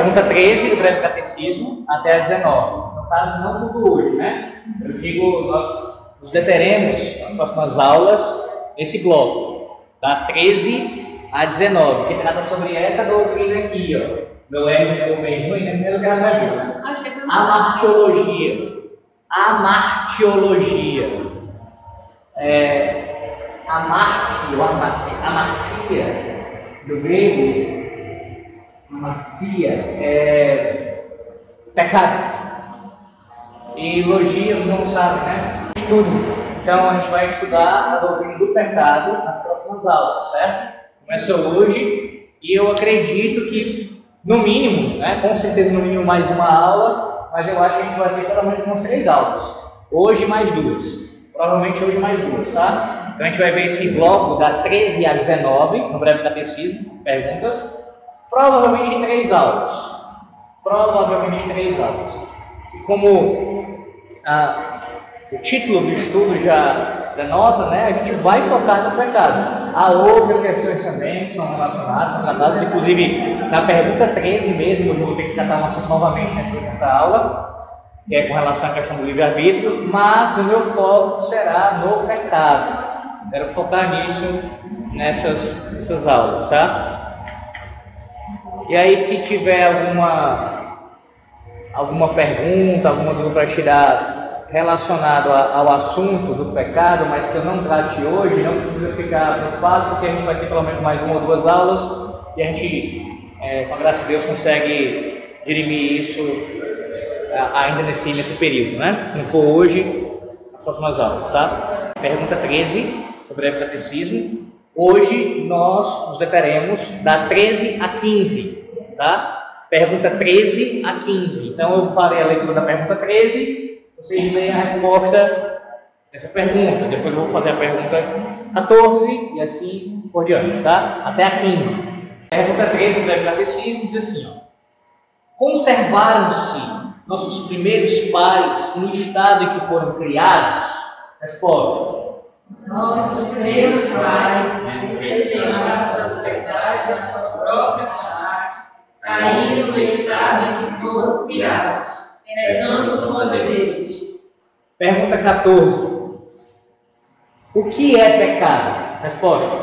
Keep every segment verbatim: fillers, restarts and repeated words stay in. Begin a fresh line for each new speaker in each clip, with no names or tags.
pergunta treze do Breve Catecismo até a dezenove. No caso, não tudo hoje, né? Eu digo, nós nos deteremos nas próximas aulas nesse bloco, da treze a dezenove, que trata sobre essa doutrina aqui, ó. Meu lema ficou bem ruim, né? Primeiro lugar, né? Amartiologia. Amartiologia. É, amartio, amartia, amartia, do grego, amartia, é pecado. E logia, os não sabem, né? Estudo. Então a gente vai estudar a doutrina do pecado nas próximas aulas, certo? Começa hoje e eu acredito que, no mínimo, né, com certeza no mínimo mais uma aula, mas eu acho que a gente vai ter pelo menos umas três aulas. Hoje mais duas. Provavelmente hoje mais duas, tá? Então a gente vai ver esse bloco da treze a dezenove, no Breve Catecismo, as perguntas. Provavelmente em três aulas. Provavelmente em três aulas. E como ah, o título do estudo já denota, né, a gente vai focar no pecado. Há outras questões também que são relacionadas, são tratadas, inclusive na pergunta treze mesmo, eu vou ter que tratar novamente nessa, nessa aula, que é com relação à questão do livre-arbítrio, mas o meu foco será no pecado. Quero focar nisso nessas, nessas aulas, tá? E aí, se tiver alguma, alguma pergunta, alguma dúvida para tirar relacionado a, ao assunto do pecado, mas que eu não trate hoje, não precisa ficar preocupado, porque a gente vai ter pelo menos mais uma ou duas aulas e a gente, é, com a graça de Deus, consegue dirimir isso ainda nesse, nesse período, né? Se não for hoje, nas próximas aulas, tá? Pergunta treze, do Breve Catecismo. Hoje nós nos deteremos da treze a quinze, tá? Pergunta treze a quinze. Então eu farei a leitura da pergunta treze, vocês leem a resposta dessa pergunta. Depois eu vou fazer a pergunta quatorze e assim por diante, tá? Até a quinze. Pergunta treze do Breve Catecismo diz assim, ó: conservaram-se nossos primeiros pais no estado em que foram criados? Resposta:
nossos primeiros pais, desejados a liberdade da sua própria vontade, caíram no estado em que foram criados, pecando contra Deus.
Pergunta quatorze. O que é pecado? Resposta: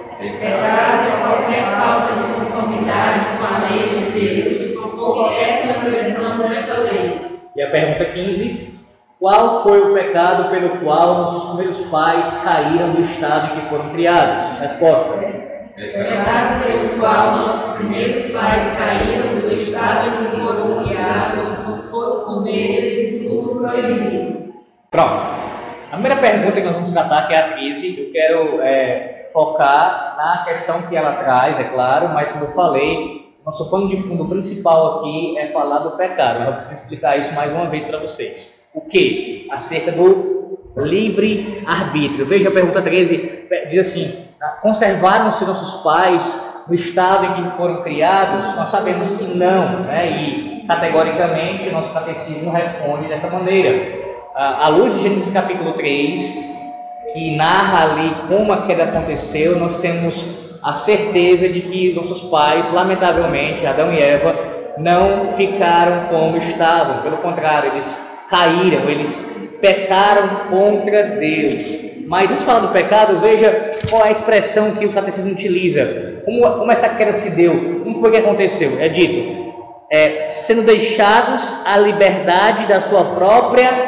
pecado é qualquer falta de conformidade com a lei de Deus, ou qualquer transgressão desta lei.
E a pergunta quinze. Qual foi o pecado pelo qual nossos primeiros pais caíram do estado em que foram criados? Resposta:
o pecado pelo qual nossos primeiros pais caíram do estado em que foram criados, foram comer do fruto proibido.
Pronto. A primeira pergunta que nós vamos tratar, que é a treze, eu quero é, focar na questão que ela traz, é claro, mas como eu falei, nosso pano de fundo principal aqui é falar do pecado. Mas eu preciso explicar isso mais uma vez para vocês. O que? Acerca do livre-arbítrio. Veja a pergunta treze, diz assim: conservaram-se nossos pais no estado em que foram criados? Nós sabemos que não, né? E categoricamente nosso catecismo responde dessa maneira. À luz de Gênesis capítulo três, que narra ali como a queda aconteceu, nós temos a certeza de que nossos pais, lamentavelmente, Adão e Eva, não ficaram como estavam. Pelo contrário, eles caíram, eles pecaram contra Deus. Mas antes de falar do pecado, veja qual é a expressão que o catecismo utiliza. Como, como essa queda se deu? Como foi que aconteceu? É dito, é, sendo deixados à liberdade da sua própria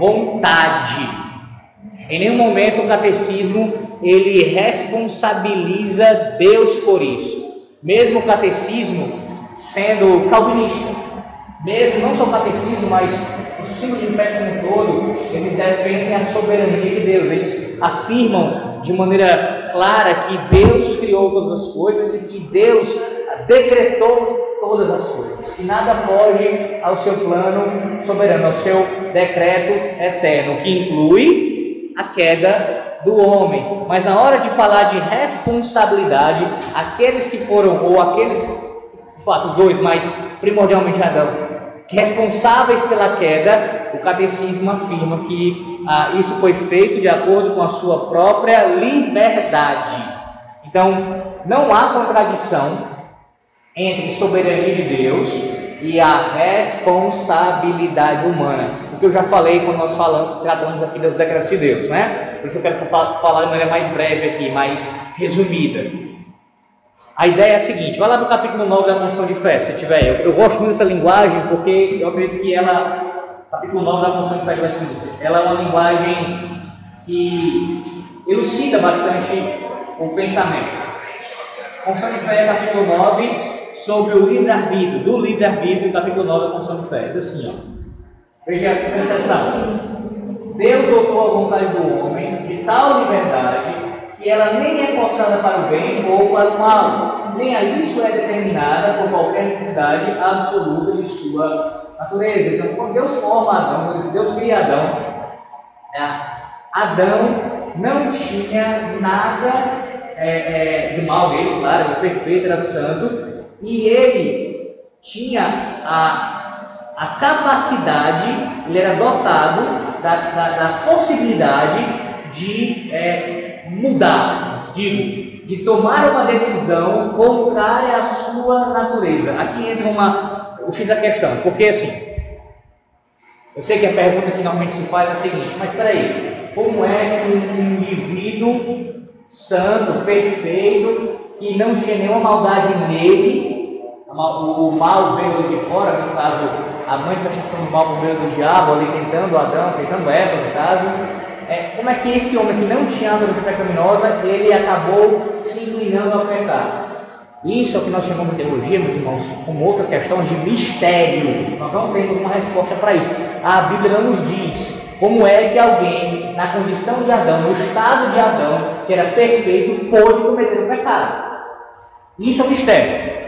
vontade. Em nenhum momento o catecismo ele responsabiliza Deus por isso. Mesmo o catecismo sendo calvinista, mesmo não só o catecismo, mas os símbolos de fé como um todo, eles defendem a soberania de Deus. Eles afirmam de maneira clara que Deus criou todas as coisas e que Deus decretou todas as coisas, que nada foge ao seu plano soberano, ao seu decreto eterno, que inclui a queda do homem. Mas na hora de falar de responsabilidade, aqueles que foram, ou aqueles, de fato, os dois, mas primordialmente Adão, responsáveis pela queda, o catecismo afirma que ah, isso foi feito de acordo com a sua própria liberdade. Então, não há contradição entre soberania de Deus e a responsabilidade humana. O que eu já falei quando nós falamos, tratamos aqui das declarações de Deus, né? Por isso eu quero só falar de maneira mais breve aqui, mais resumida. A ideia é a seguinte, vai lá para o capítulo nove da Confissão de Fé, se tiver. Eu, eu gosto muito dessa linguagem porque eu acredito que ela, capítulo nove da Confissão de Fé de Westminster, ela é uma linguagem que elucida bastante o pensamento. Confissão de Fé, capítulo nove, sobre o livre-arbítrio, do livre-arbítrio, capítulo nove da Confissão de Fé. Diz assim, ó. Veja a exceção. Deus dotou a vontade do homem de tal liberdade que ela nem é forçada para o bem ou para o mal, nem a isso é determinada por qualquer necessidade absoluta de sua natureza. Então, quando Deus forma Adão, quando Deus cria Adão, é, Adão não tinha nada é, é, de mal nele, claro, era perfeito, era santo, e ele tinha a A capacidade, ele era dotado da, da, da possibilidade de é, mudar, digo, de tomar uma decisão contrária à sua natureza. Aqui entra uma... Eu fiz a questão, porque assim, eu sei que a pergunta que normalmente se faz é a seguinte, mas espera aí, como é que um indivíduo santo, perfeito, que não tinha nenhuma maldade nele, o mal veio de fora, no caso, a manifestação do mal por meio do diabo, ali tentando Adão, tentando Eva, no caso, é, como é que esse homem que não tinha natureza pecaminosa, ele acabou se inclinando ao pecado? Isso é o que nós chamamos de teologia, meus irmãos, como outras questões de mistério. Nós não temos uma resposta para isso. A Bíblia não nos diz como é que alguém, na condição de Adão, no estado de Adão, que era perfeito, pôde cometer o pecado. Isso é um mistério.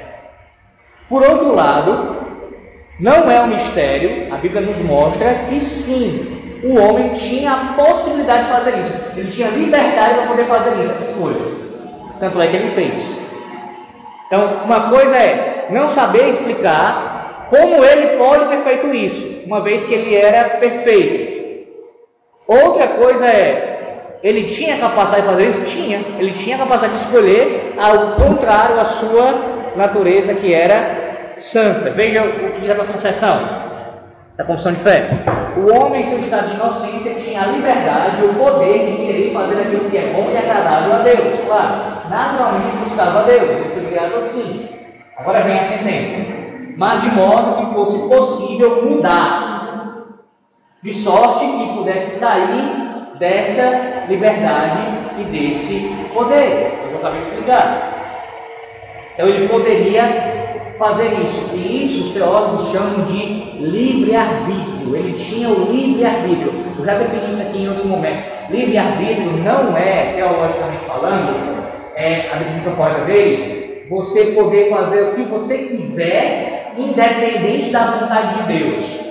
Por outro lado, não é um mistério, a Bíblia nos mostra que sim, o homem tinha a possibilidade de fazer isso. Ele tinha liberdade para poder fazer isso, essa escolha. Tanto é que ele fez. Então, uma coisa é não saber explicar como ele pode ter feito isso, uma vez que ele era perfeito. Outra coisa é, ele tinha capacidade de fazer isso? Tinha. Ele tinha capacidade de escolher, ao contrário, a sua natureza que era santa. Veja o que diz a próxima seção da Confissão de Fé. O homem, em seu estado de inocência, tinha a liberdade e o poder de querer fazer aquilo que é bom e agradável a Deus. Claro, naturalmente ele buscava a Deus, ele foi criado assim. Agora vem a sentença. Mas de modo que fosse possível mudar, de sorte que pudesse sair dessa liberdade e desse poder. Eu acabei de explicar. Então ele poderia fazer isso, e isso os teólogos chamam de livre-arbítrio. Ele tinha o livre-arbítrio. Eu já defini isso aqui em outros momentos. Livre-arbítrio não é, teologicamente falando, é a definição correta dele, você poder fazer o que você quiser, independente da vontade de Deus.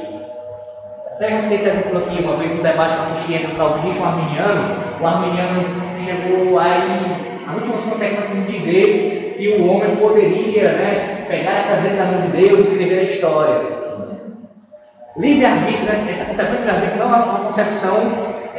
Até eu esqueci esse exemplo aqui, uma vez no debate que eu assisti entre o calvinista e o arminiano, o arminiano chegou aí, as últimas consequências de dizer que o homem poderia, né, pegar a cadeira da mão de Deus e escrever a história. Livre-arbítrio, essa concepção de livre-arbítrio não é uma concepção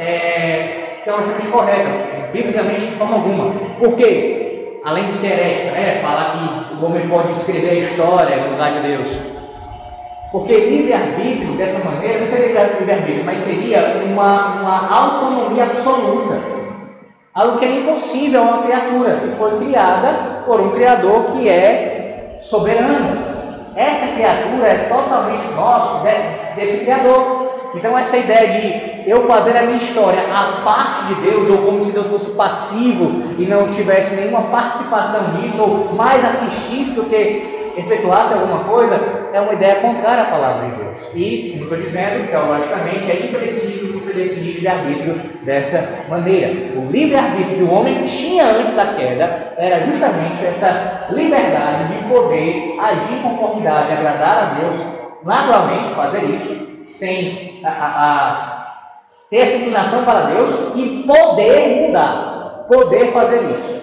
é, teologicamente correta, biblicamente de forma alguma. Por quê? Além de ser herética, né, falar que o homem pode escrever a história no lugar de Deus. Porque livre-arbítrio, dessa maneira, não seria livre-arbítrio, mas seria uma, uma autonomia absoluta. Algo que é impossível a uma criatura que foi criada por um Criador que é soberano. Essa criatura é totalmente nosso, desse Criador. Então essa ideia de eu fazer a minha história à parte de Deus, ou como se Deus fosse passivo e não tivesse nenhuma participação nisso, ou mais assistisse do que efetuasse alguma coisa, é uma ideia contrária à palavra de Deus. E, como estou dizendo, teologicamente é impreciso você definir livre-arbítrio dessa maneira. O livre-arbítrio que o homem tinha antes da queda era justamente essa liberdade de poder agir em conformidade, agradar a Deus, naturalmente fazer isso, sem a, a, a, ter essa inclinação para Deus e poder mudar, poder fazer isso.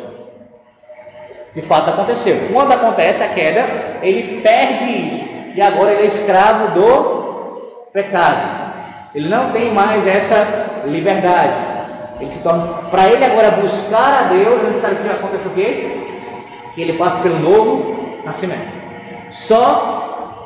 De fato aconteceu. Quando acontece a queda, ele perde isso. E agora ele é escravo do pecado. Ele não tem mais essa liberdade. Ele se torna, para ele agora buscar a Deus, ele sabe que acontece o quê? Que ele passa pelo novo nascimento. Só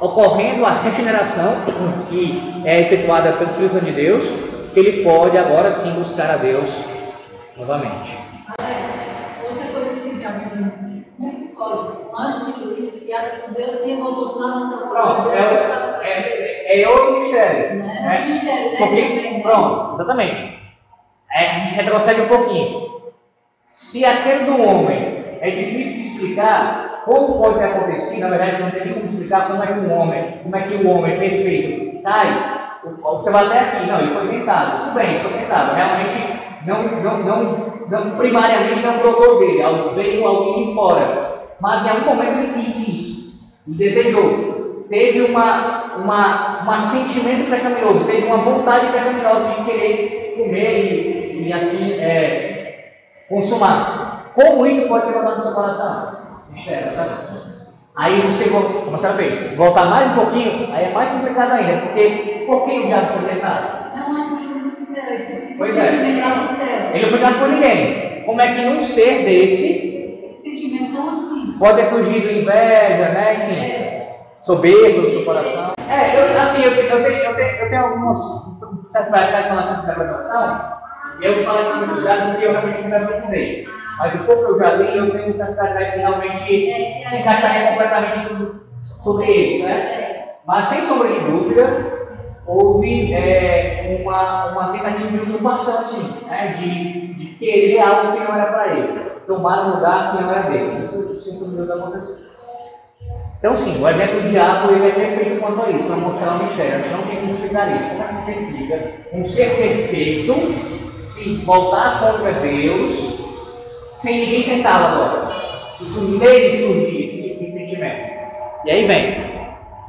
ocorrendo a regeneração que é efetuada pelo Espírito Santo de Deus, que ele pode agora sim buscar a Deus novamente.
Outra coisa assim, para mim, como é que pode um anjo de luz criado por Deus sem evolução na nossa
Pronto, é, é, é outro mistério.
Né?
Né?
É um mistério, né?
Porque, pronto, exatamente. É, a gente retrocede um pouquinho. Se aquele do homem é difícil de explicar, como pode ter acontecido, na verdade não tem nem como explicar como é que um homem, como é que o homem perfeito cai, você vai até aqui, não, ele foi tentado, tudo bem, ele foi tentado, realmente não, não, não, não primariamente não brotou dele, veio alguém de fora, mas em algum momento ele quis isso, ele desejou, teve uma, uma, um sentimento pecaminoso, teve uma vontade pecaminosa de querer comer e, e assim é, consumar. Como isso pode ter voltado no seu coração? Mistério, sabe? Aí você, como você fez, voltar mais um pouquinho, aí é mais complicado ainda, porque por que o diabo foi tentado?
É um antigo do céu, esse tipo
Pois
de
é.
sentimento lá do céu.
Ele não foi tentado por ninguém. Como é que num ser desse
Esse sentimento tão assim.
pode ter surgido inveja, né? Enfim,
É.
soberba do seu coração? É, eu, assim, eu, eu, tenho, eu, tenho, eu tenho algumas certas práticas com relação a essa interpretação, e eu falo isso muito cuidado porque eu realmente não me aprofundei. Mas o pouco que eu já li, eu tenho que tratar se realmente
É,
se encaixaria completamente sobre eles, né? Mas sem sombra de dúvida, houve é, uma, uma tentativa de usurpação, assim, né? de, de querer algo que não era para ele, tomar um lugar que não era dele. Isso sem sombra de dúvida aconteceu. Então, sim, o exemplo do diabo ele é perfeito quanto a isso, para mostrar o mistério. A gente não tem como explicar isso. Como é que você explica um ser perfeito se voltar contra Deus? Sem ninguém tentá-lo agora. Isso nele surgir, esse tipo de sentimento. E aí vem.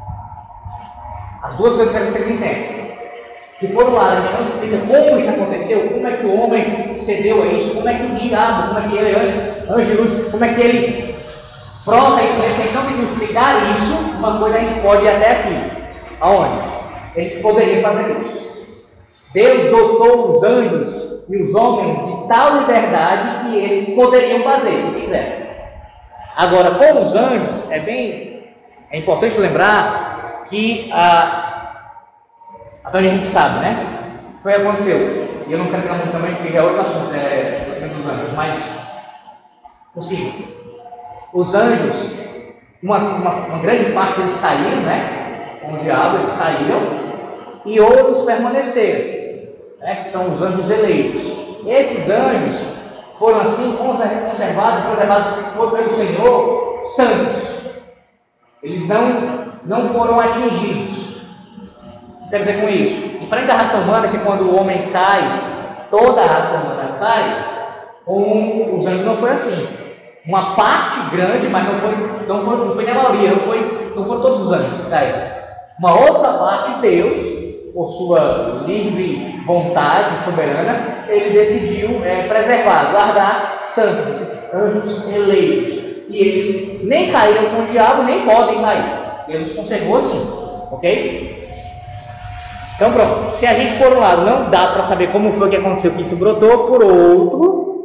As duas coisas que vocês entendem. Se por um lado a gente não explica como isso aconteceu, como é que o homem cedeu a isso, como é que o diabo, como é que ele, antes, anjo de luz, como é que ele prova isso, se a gente não tem que explicar isso, uma coisa a gente pode ir até aqui. Aonde? Eles poderiam fazer isso. Deus dotou os anjos e os homens de tal liberdade que eles poderiam fazer e fizeram. Agora, com os anjos, é bem é importante lembrar que a, até onde a gente sabe, né? Foi o que aconteceu. E eu não quero entrar muito também, porque é outro assunto, é o dos anjos, mas possível. Os anjos, uma, uma, uma grande parte deles caíram, né? Com o diabo, eles caíram, e outros permaneceram. Né, que são os anjos eleitos. Esses anjos foram assim conservados, preservados pelo Senhor, santos. Eles não, não foram atingidos. O que quer dizer com isso? Diferente da raça humana, que quando o homem cai, toda a raça humana cai, com os anjos não foi assim. Uma parte grande, mas não foi, não foi, não foi nem a maioria, não, foi, não foram todos os anjos que caíram. Uma outra parte, Deus, por sua livre vontade soberana, ele decidiu é, preservar, guardar santos, esses anjos eleitos. E eles nem caíram com o diabo, nem podem cair. Deus conservou assim, ok? Então pronto, se a gente por um lado não dá para saber como foi que aconteceu que isso brotou, por outro,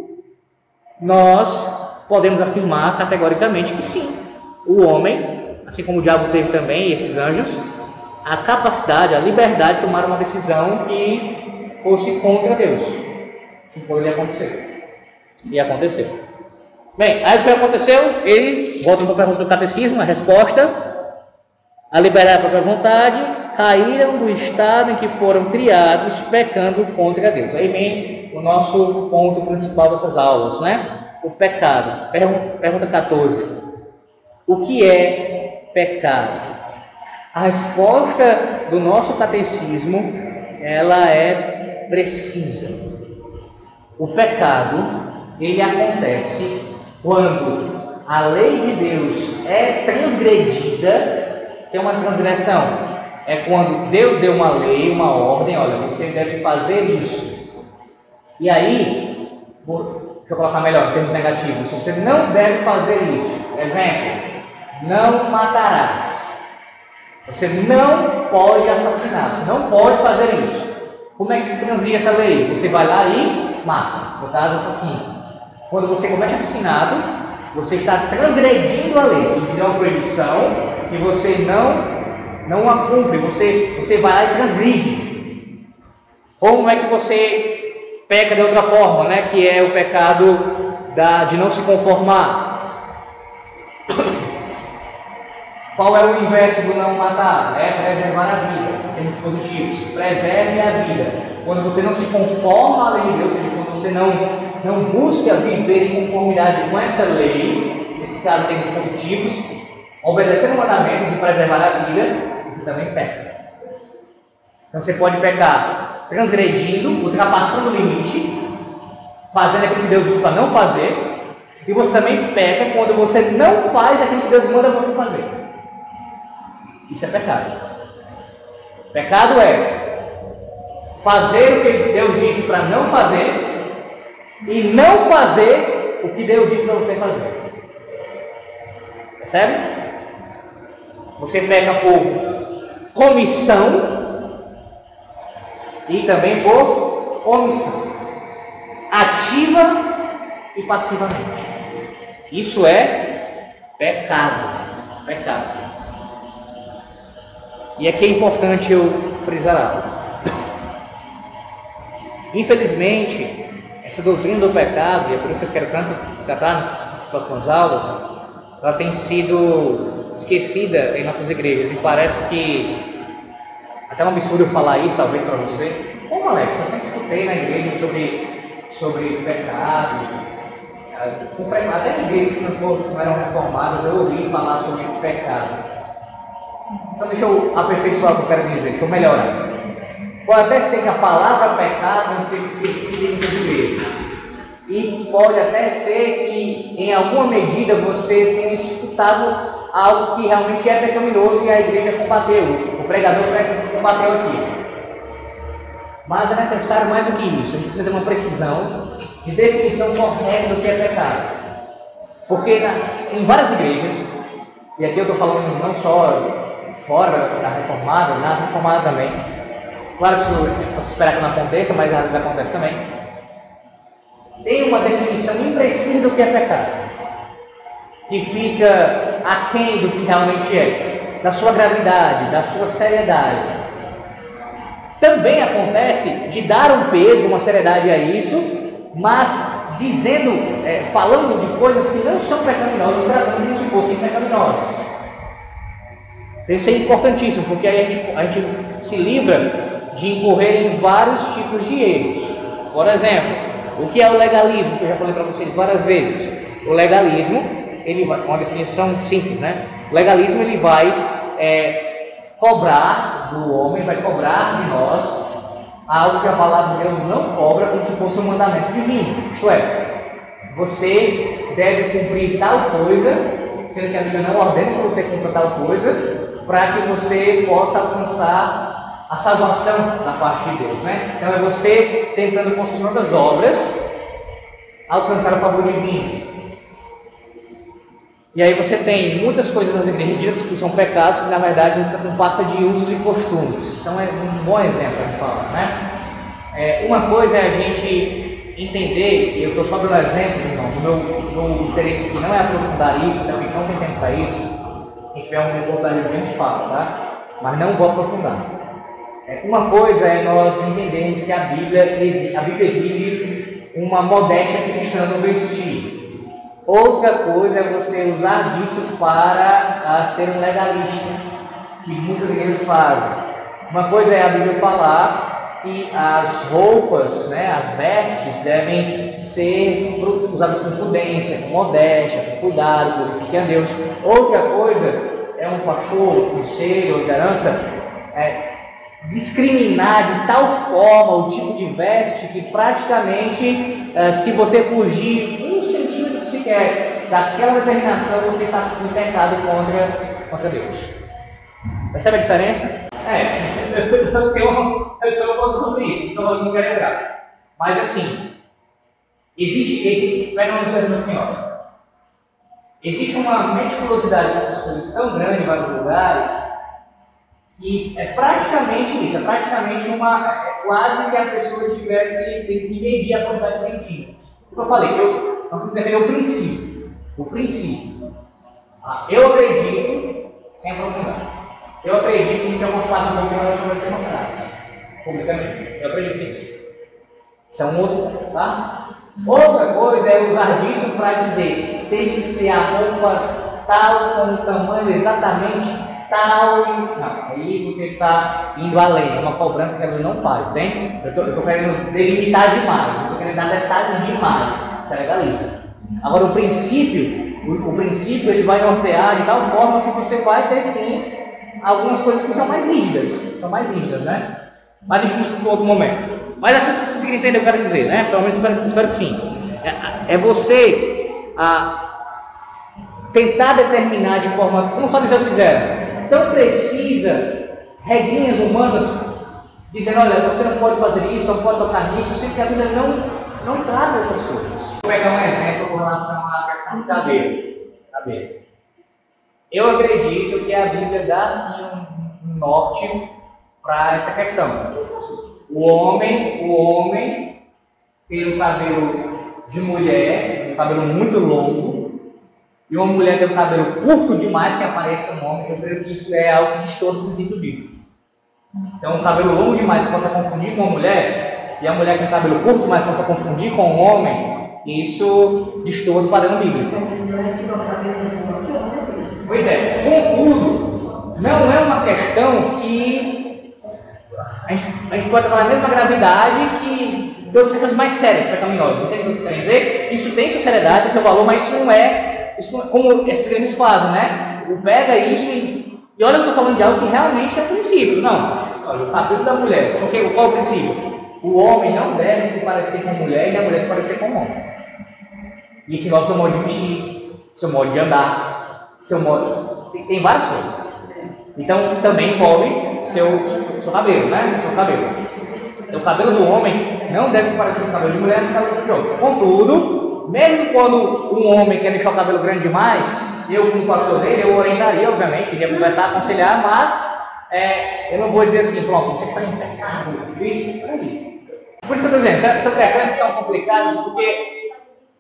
nós podemos afirmar categoricamente que sim, o homem, assim como o diabo teve também, esses anjos, a capacidade, a liberdade de tomar uma decisão que fosse contra Deus. Isso poderia acontecer. E aconteceu. Bem, aí o que aconteceu? Ele volta para a pergunta do catecismo, a resposta: a liberar a própria vontade, caíram do estado em que foram criados, pecando contra Deus. Aí vem o nosso ponto principal dessas aulas, né? O pecado. Pergunta quatorze. O que é pecado? A resposta do nosso catecismo, ela é precisa. O pecado, ele acontece quando a lei de Deus é transgredida, que é uma transgressão. É quando Deus deu uma lei, uma ordem, olha, você deve fazer isso. E aí, vou, deixa eu colocar melhor, em termos negativos, você não deve fazer isso. Exemplo, não matarás. Você não pode assassinar, você não pode fazer isso. Como é que se transgride essa lei? Você vai lá e mata, no caso assassino. Quando você comete assassinato, você está transgredindo a lei. Ele te dá uma proibição e você não não a cumpre, você, você vai lá e transgride. Como é que você peca de outra forma, né? Que é o pecado da, de não se conformar. Qual é o inverso do não matar? É preservar a vida. Tem dispositivos. Preserve a vida. Quando você não se conforma à lei de Deus, ou seja, quando você não, não busca viver em conformidade com essa lei, nesse caso tem dispositivos, obedecendo o mandamento de preservar a vida, você também peca. Então você pode pecar transgredindo, ultrapassando o limite, fazendo aquilo que Deus diz para não fazer, e você também peca quando você não faz aquilo que Deus manda você fazer. Isso é pecado. Pecado é fazer o que Deus disse para não fazer e não fazer o que Deus disse para você fazer. Percebe? Você peca por comissão e também por omissão, ativa e passivamente. Isso é pecado. Pecado. E aqui é importante eu frisar algo. Infelizmente, essa doutrina do pecado, e é por isso que eu quero tanto tratar nas próximas aulas, ela tem sido esquecida em nossas igrejas. E parece que até um absurdo eu falar isso, talvez, para você. Como, Alex, eu sempre escutei na igreja sobre, sobre pecado. Até igrejas que não, foram, não eram reformadas, eu ouvi falar sobre pecado. Então deixa eu aperfeiçoar o que eu quero dizer, deixa eu melhorar. Pode até ser que a palavra pecado não esteja esquecida em muitas igrejas. E pode até ser que, em alguma medida, você tenha escutado algo que realmente é pecaminoso e a igreja combateu, o pregador combateu aqui. Mas é necessário mais do que isso, a gente precisa ter uma precisão de definição correta do que é pecado. Porque na, em várias igrejas, e aqui eu estou falando não só fora da reformada, na reformada também, claro que isso posso esperar que não aconteça, mas às vezes acontece também, tem uma definição imprecisa do que é pecado, que fica aquém do que realmente é, da sua gravidade, da sua seriedade. Também acontece de dar um peso, uma seriedade a isso, mas dizendo, é, falando de coisas que não são pecaminosas, tratando como se fossem pecaminosas. Isso é importantíssimo, porque aí a gente, a gente se livra de incorrer em vários tipos de erros. Por exemplo, o que é o legalismo, que eu já falei para vocês várias vezes. O legalismo, ele vai, uma definição simples, né? O legalismo, ele vai é, cobrar do homem, vai cobrar de nós algo que a palavra de Deus não cobra, como se fosse um mandamento divino. Isto é, você deve cumprir tal coisa, sendo que a Bíblia não ordena que você cumpra tal coisa, para que você possa alcançar a salvação da parte de Deus, né? Então é você tentando com suas próprias obras alcançar o favor divino. E aí você tem muitas coisas nas igrejas ditas que são pecados, que na verdade não passa de usos e costumes. Então é um bom exemplo para gente falar, né? É, uma coisa é a gente entender, e eu estou só dando exemplos, irmão, o meu, meu interesse aqui não é aprofundar isso, então a gente não tem tempo para isso. Quem tiver um reportagem a gente fala, tá? Mas não vou aprofundar. É, uma coisa é nós entendermos que a Bíblia, a Bíblia exige uma modéstia cristã no vestir. Outra coisa é você usar disso para uh, ser um legalista, que muitas igrejas fazem. Uma coisa é a Bíblia falar que as roupas, né, as vestes devem ser usadas com prudência, com modéstia, com cuidado, glorifiquem a Deus. Outra coisa é um pastor, um conselho, liderança, é, discriminar de tal forma o tipo de veste que praticamente, é, se você fugir um centímetro sequer daquela determinação, você está em pecado contra, contra Deus. Percebe a diferença? É, eu tenho uma posição sobre isso, então eu não quero entrar. Mas assim, existe, existe pega uma coisa assim, ó. Existe uma meticulosidade dessas coisas tão grande em vários lugares que é praticamente isso, é praticamente uma, é quase que a pessoa tivesse que medir a quantidade de centímetros. Como eu falei, eu, nós temos que defender o princípio. O princípio. Ah, eu acredito, sem aprofundar, Eu acredito que tem algumas partes do Bíblia que não vão ser mostradas publicamente. Eu acredito nisso. Isso é um outro, tá? Outra coisa é usar disso para dizer tem que ser a roupa tal, com o tamanho exatamente tal. Não, aí você está indo além, é uma cobrança que ela não faz, tem? Eu estou querendo delimitar demais, eu estou querendo dar detalhes demais. Isso é legalista. Agora o princípio, o, o princípio ele vai nortear de tal forma que você vai ter sim algumas coisas que são mais rígidas, são mais rígidas, né? Mas deixa isso para outro momento. Mas acho que vocês conseguem entender o que eu quero dizer, né? Pelo menos espero, espero que sim. É, é você a, tentar determinar de forma, como os fariseus fizeram, então precisa regrinhas humanas dizendo, olha, você não pode fazer isso, não pode tocar nisso, sendo que a Bíblia não, não trata essas coisas. Vou pegar um exemplo com relação à questão do cabelo. cabelo. Eu acredito que a Bíblia dá assim um, um norte para essa questão. O homem, o homem tem um cabelo de mulher, um cabelo muito longo, e uma mulher tem um cabelo curto demais que apareça no homem. Eu creio que isso é algo que distorce o princípio bíblico. Então, um cabelo longo demais que possa confundir com uma mulher, e a mulher com um cabelo curto demais que possa confundir com um homem, isso distorce o padrão bíblico. Pois é, contudo, não é uma questão que A gente, a gente pode falar a mesma gravidade que de outras questões mais sérias, pecaminosas. Entende o que eu estou querendo dizer? Isso tem sua seriedade, tem seu valor, mas isso não é, isso não é como esses crentes fazem, né? O pega isso e, e olha que eu estou falando de algo que realmente é princípio. Não, olha, o cabelo da mulher. Porque, qual é o princípio? O homem não deve se parecer com a mulher e a mulher se parecer com o homem. Isso envolve seu modo de vestir, seu modo de andar, seu modo. Tem, tem várias coisas. Então também envolve seu, seu, seu cabelo, né? Seu cabelo. Então, o cabelo do homem não deve se parecer com o cabelo de mulher, nem com o cabelo de homem. Contudo, mesmo quando um homem quer deixar o cabelo grande demais, eu, como pastor dele, eu orientaria, obviamente, iria conversar, aconselhar, mas é, eu não vou dizer assim, pronto, você está em pecado. Por isso que eu estou dizendo, são questões que são complicadas, porque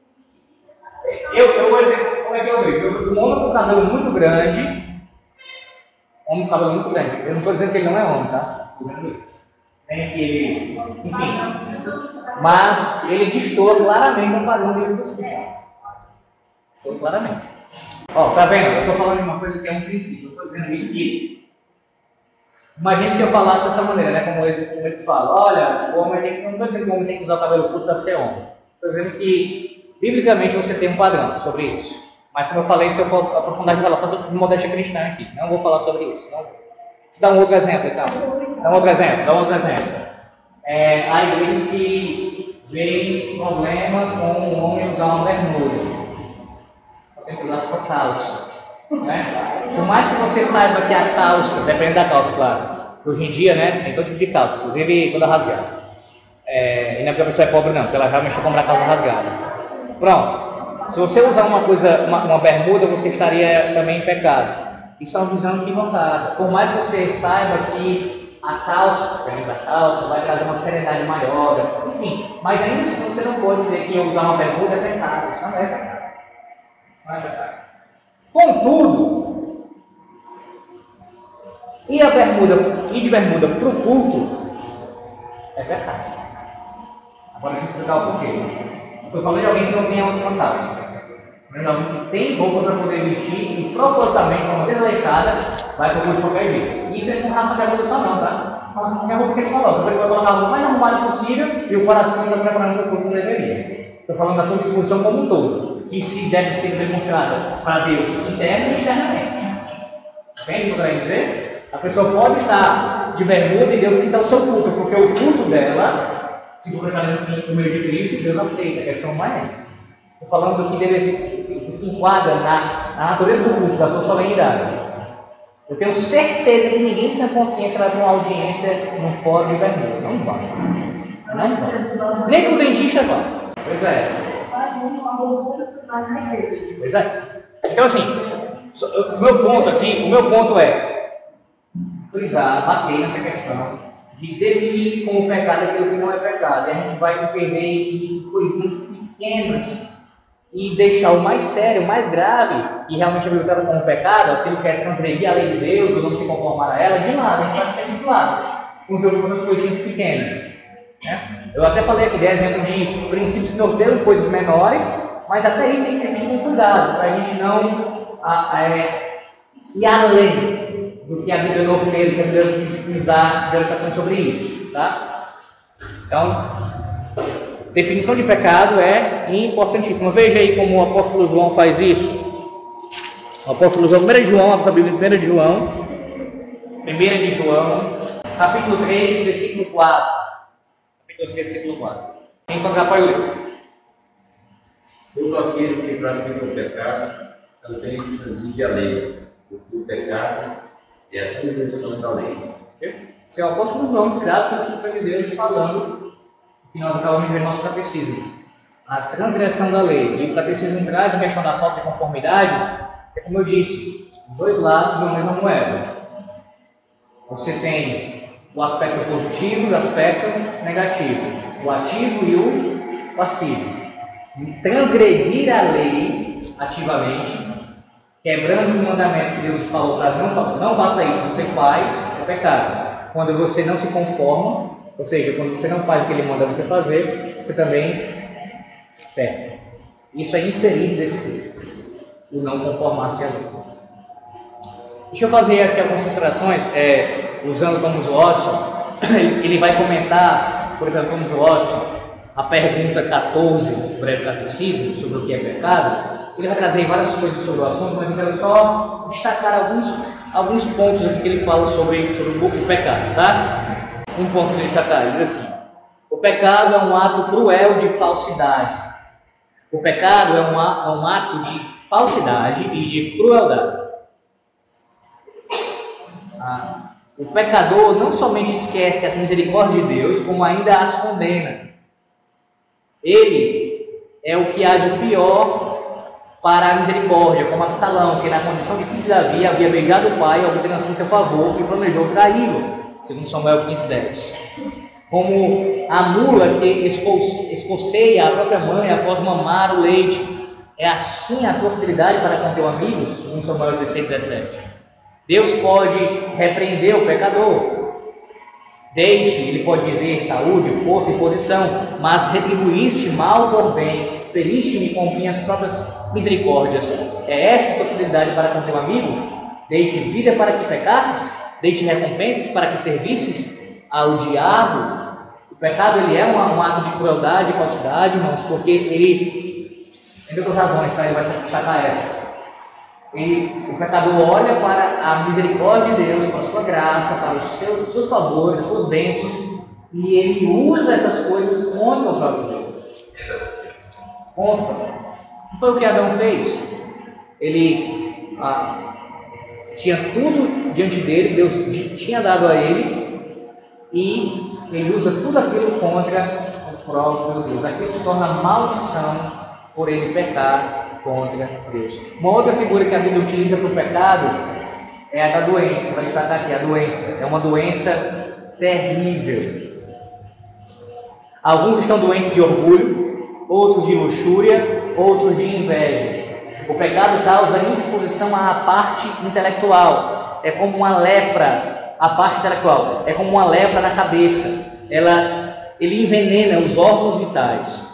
eu, eu vou dizer como é que eu vejo. Um homem com cabelo muito grande. Homem com cabelo muito grande. Eu não estou dizendo que ele não é homem, tá? Nem que ele. Enfim. Mas ele distorce claramente o padrão dele do céu. Distorce claramente. Ó, tá vendo? Eu estou falando de uma coisa que é um princípio. Eu estou dizendo isso que. Imagine se eu falasse dessa maneira, né? Como eles, como eles falam. Olha, o homem tem que. Não estou dizendo que o homem tem que usar o cabelo curto para ser homem. Estou dizendo que, biblicamente, você tem um padrão sobre isso. Mas como eu falei, se eu for aprofundar de relação sobre modéstia cristã aqui, não vou falar sobre isso. Não. Deixa eu dar um outro exemplo, então. Dá um outro exemplo, dá um outro exemplo. É, há igrejas que veem problema com o homem usar uma bermuda. Tem que usar sua calça. Né? Por mais que você saiba que a calça, depende da calça, claro. Hoje em dia, né, tem todo tipo de calça, inclusive toda rasgada. É, e não é porque a pessoa é pobre, não, porque ela realmente vai comprar calça rasgada. Pronto. Se você usar uma coisa, uma, uma bermuda, você estaria também em pecado. Isso é uma visão equivocada. Por mais que você saiba que a calça, dependendo da calça, vai trazer uma seriedade maior, enfim, mas ainda assim você não pode dizer que usar uma bermuda é pecado. Isso não é pecado. Não é pecado. Contudo, ir a bermuda, ir de bermuda para o culto é pecado. Agora deixa eu explicar o porquê. Estou falando de alguém que não tem uma calça. De alguém que tem roupa para poder vestir e propositalmente, de uma desleixada, vai para o curso de qualquer jeito. Isso é com raça de evolução, não, tá? Fala assim, é a roupa que ele coloca. Ele vai colocar a roupa mais arrumada possível e o coração está se preparando para o corpo como deveria. Estou falando da sua disposição como um todo, que se deve ser demonstrada para Deus interno e externamente. Entende o que eu quero dizer? A pessoa pode estar de bermuda e Deus aceitar o seu culto, porque o culto dela, se for no meio de Cristo, Deus aceita. A questão não é essa. Estou falando do que, deve ser, que se enquadra na, na natureza do culto, da sua solenidade. Eu tenho certeza que ninguém sem consciência vai para uma audiência num fórum de bermuda. Não vai. Não vai. Nem para o dentista vai. Pois é. Pois é. Então assim, o meu ponto aqui, o meu ponto é frisar, bater nessa questão de definir como pecado aquilo que não é pecado. E a gente vai se perder em coisinhas pequenas e deixar o mais sério, o mais grave, que realmente é trata como pecado, aquilo que é transgredir a lei de Deus ou não se conformar a ela, de lado, a gente vai deixar isso de lado, com outras coisinhas pequenas. Né? Eu até falei aqui de exemplos de princípios que norteiam coisas menores, mas até isso tem que ser visto com cuidado, para a gente não a, a, é, ir além do que a Bíblia norteia, do que a Bíblia nos dá orientações sobre isso. Tá? Então, definição de pecado é importantíssima. Veja aí como o apóstolo João faz isso. O apóstolo João, primeira de João, a Bíblia primeira de João, primeira de João, capítulo três, versículo quatro. Capítulo três, versículo quatro. Quem encontrar pode ler.
Todo aquele que pratica o pecado também transgride a lei, porque o pecado é a transgressão da lei.
Esse é o apóstolo João, inspirado pela Escritura de Deus, falando que nós acabamos de ver no nosso catecismo, a transgressão da lei. E o catecismo traz a questão da falta de conformidade, que, como eu disse, os dois lados de uma mesma moeda. Você tem o aspecto positivo e o aspecto negativo, o ativo e o passivo. Transgredir a lei ativamente, quebrando o mandamento que Deus falou para não, não faça isso, você faz, é pecado. Quando você não se conforma, ou seja, quando você não faz o que ele manda você fazer, você também peca. Isso é inferido desse texto, o não conformar-se à lei. Deixa eu fazer aqui algumas considerações, é, usando Thomas Watson. Ele vai comentar, por exemplo, Thomas Watson, a pergunta quatorze do breve catecismo, sobre o que é pecado. Ele vai trazer várias coisas sobre o assunto, mas eu quero só destacar alguns, alguns pontos aqui que ele fala sobre, sobre o pecado, tá? Um ponto que ele destacar, ele diz assim: o pecado é um ato cruel de falsidade. O pecado é um, é um ato de falsidade e de crueldade. Ah, o pecador não somente esquece as misericórdias de Deus, como ainda as condena. Ele é o que há de pior para a misericórdia, como Absalão, que na condição de filho de Davi havia beijado o pai, obtendo assim seu favor, e planejou traí-lo, segundo Samuel quinze, dez. Como a mula que esposeia a própria mãe após mamar o leite, é assim a tua fidelidade para com teus amigos, segundo Samuel dezesseis, dezessete. Deus pode repreender o pecador. Deite, ele pode dizer, saúde, força e posição, mas retribuíste mal por bem, feriste-me com minhas próprias misericórdias. É esta a tua fidelidade para com teu amigo? Deite vida para que pecasses? Deite recompensas para que servisses ao diabo? O pecado ele é um, um ato de crueldade e falsidade, irmãos, porque ele, entre outras razões, tá? Ele vai destacar essa. E o pecador olha para a misericórdia de Deus, para a sua graça, para os seus, os seus favores, as suas bênçãos, e ele usa essas coisas contra o próprio Deus. Contra. Não foi o que Adão fez. Ele ah, tinha tudo diante dele, Deus tinha dado a ele, e ele usa tudo aquilo contra o próprio Deus. Aquilo se torna maldição por ele pecar contra Deus. Uma outra figura que a Bíblia utiliza para o pecado é a da doença. Para destacar aqui, a doença é uma doença terrível. Alguns estão doentes de orgulho, outros de luxúria, outros de inveja. O pecado causa indisposição à parte intelectual. É como uma lepra, a parte intelectual. É como uma lepra na cabeça. Ela, ele envenena os órgãos vitais.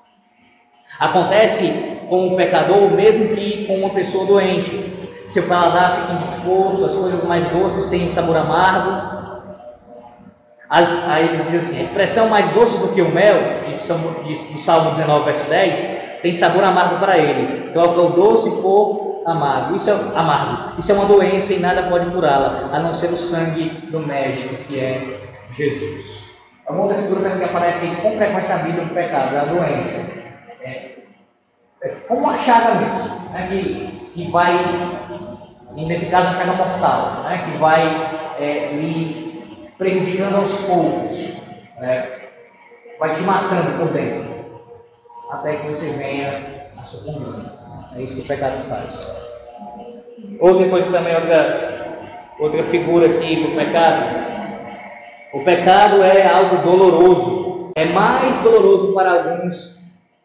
Acontece com o pecador o mesmo que com uma pessoa doente. Seu paladar fica indisposto, as coisas mais doces têm sabor amargo. As, aí ele diz assim: a expressão mais doce do que o mel, de, de, do Salmo dezenove, verso dez, tem sabor amargo para ele. Troca o doce por amargo. Isso é amargo. Isso é uma doença e nada pode curá-la, a não ser o sangue do médico, que é Jesus. A outra figura que aparece com frequência na Bíblia do pecado é a doença. É, é como uma chaga mesmo, né, que, que vai, e nesse caso, uma chaga mortal, né, que vai é, lhe prejudicando aos poucos, né, vai te matando por dentro, até que você venha a sucumbir. É isso que o pecado faz. Outra coisa também, outra, outra figura aqui do pecado. O pecado é algo doloroso. É mais doloroso para alguns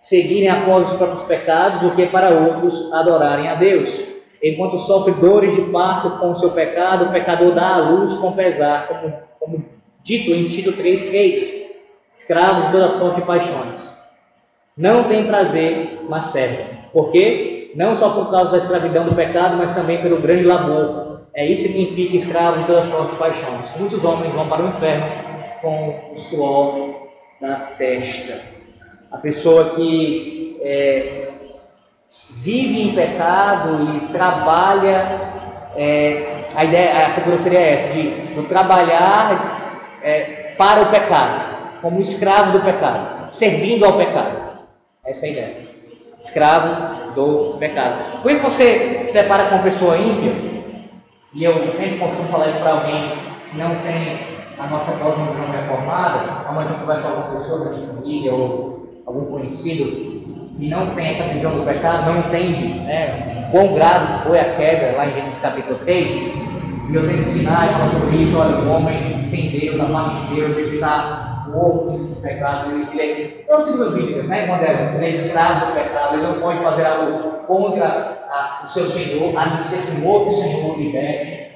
seguirem após os próprios pecados do que para outros adorarem a Deus. Enquanto sofre dores de parto com o seu pecado, o pecador dá à luz com pesar, como, como dito em Tito três, três, escravos de toda sorte de paixões. Não tem prazer, mas serve. Por quê? Não só por causa da escravidão do pecado, mas também pelo grande labor. É isso que significa escravos de toda sorte de paixões. Muitos homens vão para o inferno com o suor da testa. A pessoa que é, vive em pecado e trabalha, é, a ideia, a figura seria essa, de, de trabalhar é, para o pecado, como escravo do pecado, servindo ao pecado. Essa é a ideia. Escravo do pecado. Por que você se depara com uma pessoa ímpia, e eu sempre costumo falar isso para alguém que não tem a nossa cosmovisão reformada, onde eu converso com alguma pessoa da minha família ou algum conhecido e não tem essa visão do pecado, não entende, né, quão grave foi a queda lá em Gênesis capítulo três, e eu tenho que ensinar e falar sobre isso. Olha, o homem sem Deus, a parte de Deus, ele está morto nesse pecado, ele, ele é, eu sigo as Bíblias, né, uma delas, ele é escravo do pecado, ele não pode fazer algo contra a, o seu Senhor, a não ser que um outro Senhor liberte.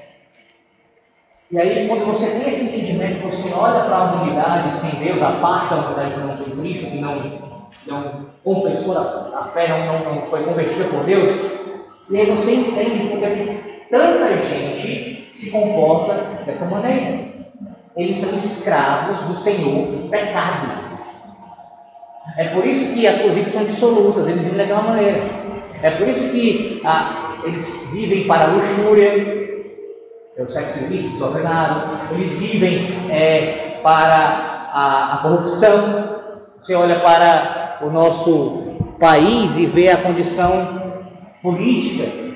E aí, quando você tem esse entendimento, você olha para a humanidade sem Deus, a parte da humanidade que não tem Cristo, que não, não confessou a, a fé, não, não, não foi convertida por Deus, e aí você entende porque que tanta gente se comporta dessa maneira. Eles são escravos do Senhor pecado. É por isso que as suas vidas são dissolutas, eles vivem daquela maneira. É por isso que ah, eles vivem para a luxúria, é o sexo ilícito, desordenado, eles vivem é, para a, a corrupção. Você olha para o nosso país e vê a condição política.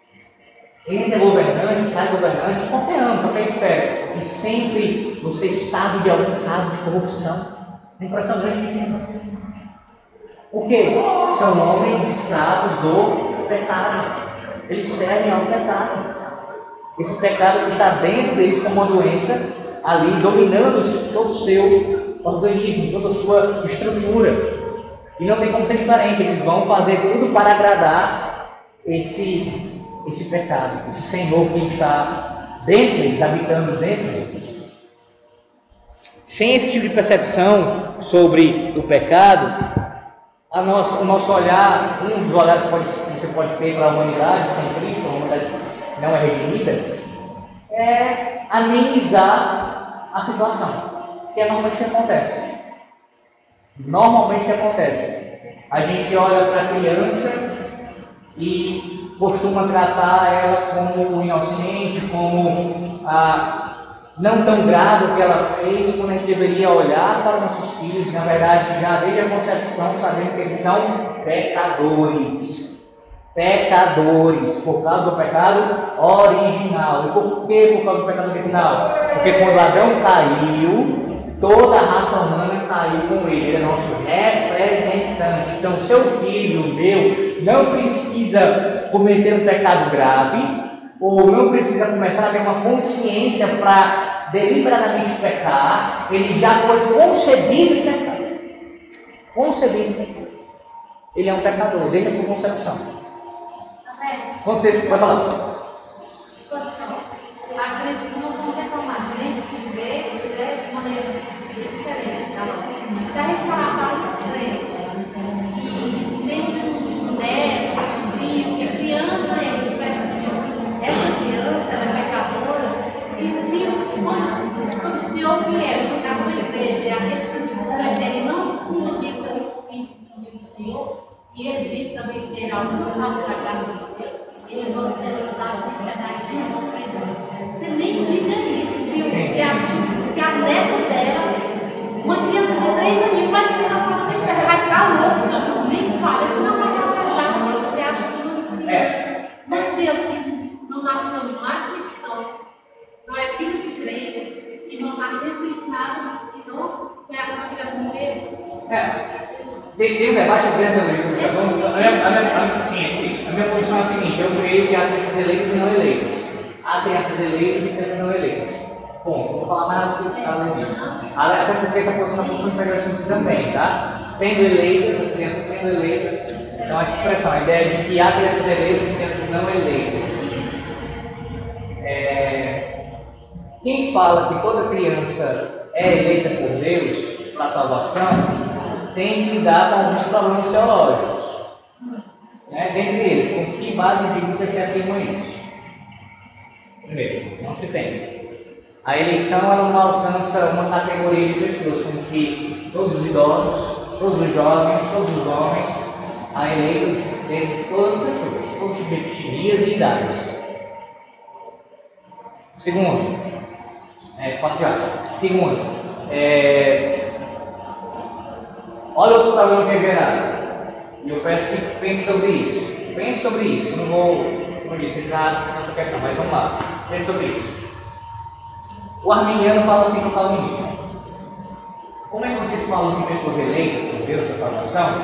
Entra governante, sai governante, qualquer âmbito, qualquer esfera, e sempre você sabe de algum caso de corrupção. É impressionante isso. Por quê? São homens escravos do pecado. Eles servem ao pecado. Esse pecado que está dentro deles como uma doença, ali dominando todo o seu organismo, toda a sua estrutura. E não tem como ser diferente. Eles vão fazer tudo para agradar esse esse pecado, esse Senhor que está dentro deles, habitando dentro deles. Sem esse tipo de percepção sobre o pecado, a nossa, o nosso olhar, um dos olhares que, pode, que você pode ter para a humanidade sem Cristo, a humanidade não é redimida, é amenizar a situação, que é normalmente o que acontece. Normalmente o que acontece? A gente olha para a criança e costuma tratar ela como inocente, como ah, não tão grave o que ela fez, quando a gente deveria olhar para nossos filhos, na verdade, já desde a concepção, sabendo que eles são pecadores. Pecadores, por causa do pecado original. E por que por causa do pecado original? Porque quando Adão caiu, toda a raça humana caiu com ele, ele é nosso representante. Então, seu filho, meu, não precisa cometer um pecado grave, ou não precisa começar a ter uma consciência para deliberadamente pecar. Ele já foi concebido em pecado. Concebido em pecado. Ele é um pecador, desde a sua concepção. Concebido, pode falar.
Acredito que não são reformados, crentes que vê de maneira diferente. Se a gente falar para um crente que tem um neto, um filho, que criança é expectativa, essa criança ela é pecadora, e se quando o Senhor vier buscar a sua igreja, aqueles que nos converterem não comunicam seus filhos do Senhor, e ele vive também ter alcançado a graça de Deus, eles vão ser usados para pegar a igreja contra a igreja. Você nem diga isso, viu? Que a, que a neta dela, uma criança de três anos, vai ser lançada no inferno, vai ficar louca. Nem fala, isso não vai afastar, porque você acha que não é. Não Deus que não nasceu no lar cristão, não é filho de crente, e não está sendo ensinado, e não é aquela criança morrer.
É. Tem, tem um debate grande também sobre isso. A minha, a minha, sim, é a minha posição é a seguinte: eu creio que há crianças eleitas e não eleitas. Há crianças eleitas e crianças não eleitas. Bom, não vou falar mais nada do que está além disso. Até porque essa posição é uma posição de pregação também, tá? sendo eleitas, as crianças sendo eleitas. Então essa expressão, a ideia de que há crianças eleitas e crianças não eleitas. É, quem fala que toda criança é eleita por Deus para a salvação, tem que lidar com alguns problemas teológicos. Né? Dentre eles, com que base bíblica se afirma isso? Primeiro, não se tem. A eleição ela não alcança uma categoria de pessoas, como se todos os idosos, todos os jovens, todos os homens, há eleitos dentre todas as pessoas, todos os tipos de etnias e idades. Segundo, é, parcial. Segundo, é, olha outro problema que é gerado. E eu peço que pense sobre isso. Pense sobre isso. Eu não vou, como eu disse, entrar nessa questão, mas vamos lá. Pense sobre isso. O arminiano fala assim com o calvinista. Como é que vocês falam de pessoas eleitas por Deus para salvação?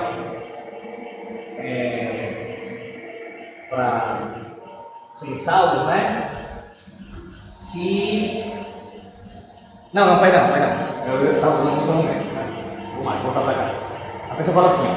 É, para serem salvos, né? Se. Não, não, perdão, perdão. Eu estava usando muito momento. Né? Vamos lá, vou voltar para cá. A pessoa fala assim: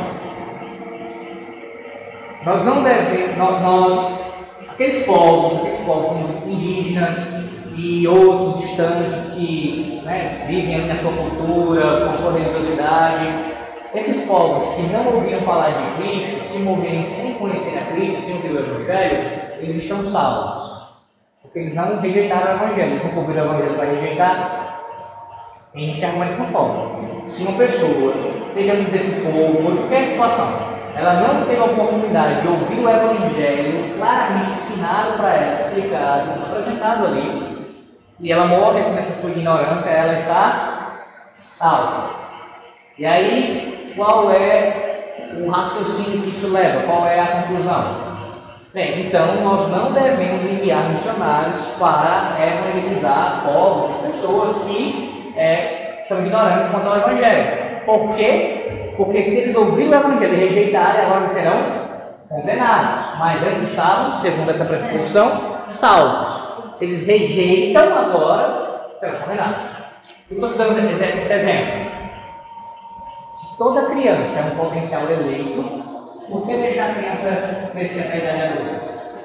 nós não devemos, nós, nós, aqueles povos, aqueles povos indígenas e outros distantes que né, vivem na sua cultura, com sua religiosidade, esses povos que não ouviram falar de Cristo, se moverem sem conhecer a Cristo, sem ouvir o Evangelho, eles estão salvos. Porque eles não rejeitaram o Evangelho, eles não ouviram o Evangelho para rejeitar. E a gente argumenta dessa forma. Se uma pessoa, seja desse povo, ou de qualquer situação, ela não teve a oportunidade de ouvir o Evangelho claramente ensinado para ela, explicado, apresentado ali, e ela morre assim, nessa sua ignorância, ela está salva. E aí, qual é o raciocínio que isso leva? Qual é a conclusão? Bem, então nós não devemos enviar missionários para evangelizar povos e pessoas que é, são ignorantes quanto ao Evangelho. Por quê? Porque se eles ouvirem o Evangelho e rejeitarem, agora serão condenados. Mas antes estavam, segundo essa pressuposição, salvos. Se eles rejeitam agora, serão condenados. Eu estou dando esse exemplo. Se toda criança é um potencial eleito, por que deixar a criança crescer até a idade adulta?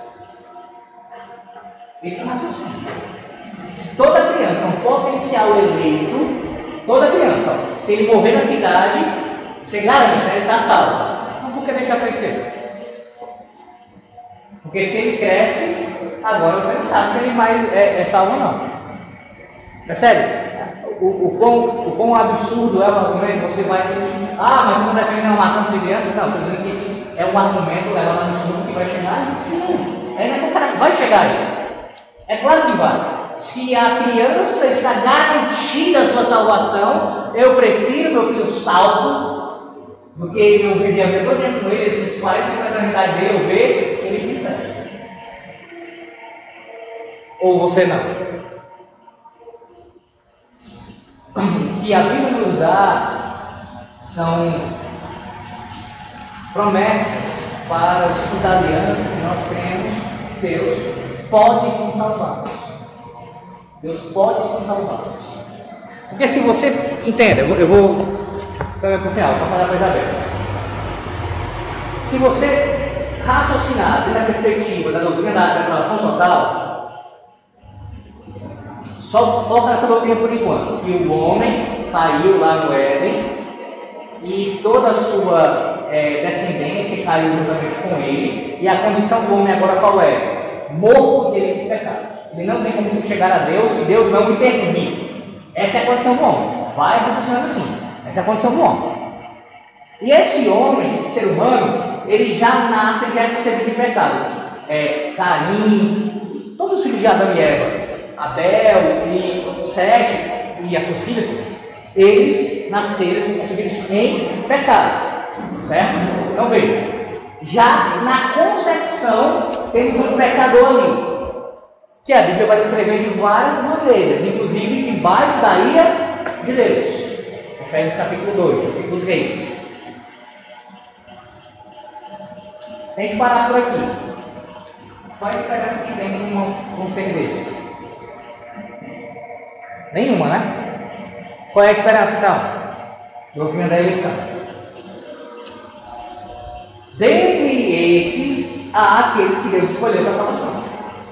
Esse é o raciocínio. Se toda criança é um potencial eleito, toda criança, ó, se ele morrer na cidade, você garante, ele está salvo. Então por que deixar crescer? Porque se ele cresce, agora você não sabe se ele vai, é, é salvo ou não. Percebe? O, o, quão, o quão absurdo é o argumento, você vai decidir, ah, mas não defende uma matança de criança? Não, estou dizendo que esse é um argumento levado a um absurdo que vai chegar aí. Sim, é necessário, vai chegar aí. É claro que vai. Se a criança está garantida a sua salvação, eu prefiro meu filho salvo do que eu viver a vida toda dentro com ele, esses quarenta, cinquenta anos de idade dele, eu ver ele cristão. Ou você não? O que a Bíblia nos dá são promessas para os filhos da aliança que nós cremos que Deus pode sim salvar. Deus pode sim salvar. Porque se você. Entenda, eu vou. Eu vou para o final, para falar para Isabel. Se você raciocinar na perspectiva da doutrina da revelação total, só foca nessa doutrina por enquanto, que o homem caiu lá no Éden e toda a sua é, descendência caiu juntamente com ele, e a condição do homem agora qual é? Morto de delitos e pecados. Ele não tem como chegar a Deus se Deus não intervir. Essa é a condição do homem. Vai raciocinando assim. Essa é a condição do homem. E esse homem, esse ser humano, ele já nasce, já é concebido de pecado. É, Caim, todos os filhos de Adão e Eva, Abel e Sete e as suas filhas, eles nasceram concebidos em pecado, certo? Então veja, já na concepção temos um pecador ali, que a Bíblia vai descrever de várias maneiras, inclusive debaixo da ira de Deus. Efésios capítulo dois, versículo três. Se a gente parar por aqui, qual a esperança que tem num conceito desse? Nenhuma, né? Qual é a esperança então? Doutrina da eleição. a aqueles que Deus escolheu para a salvação.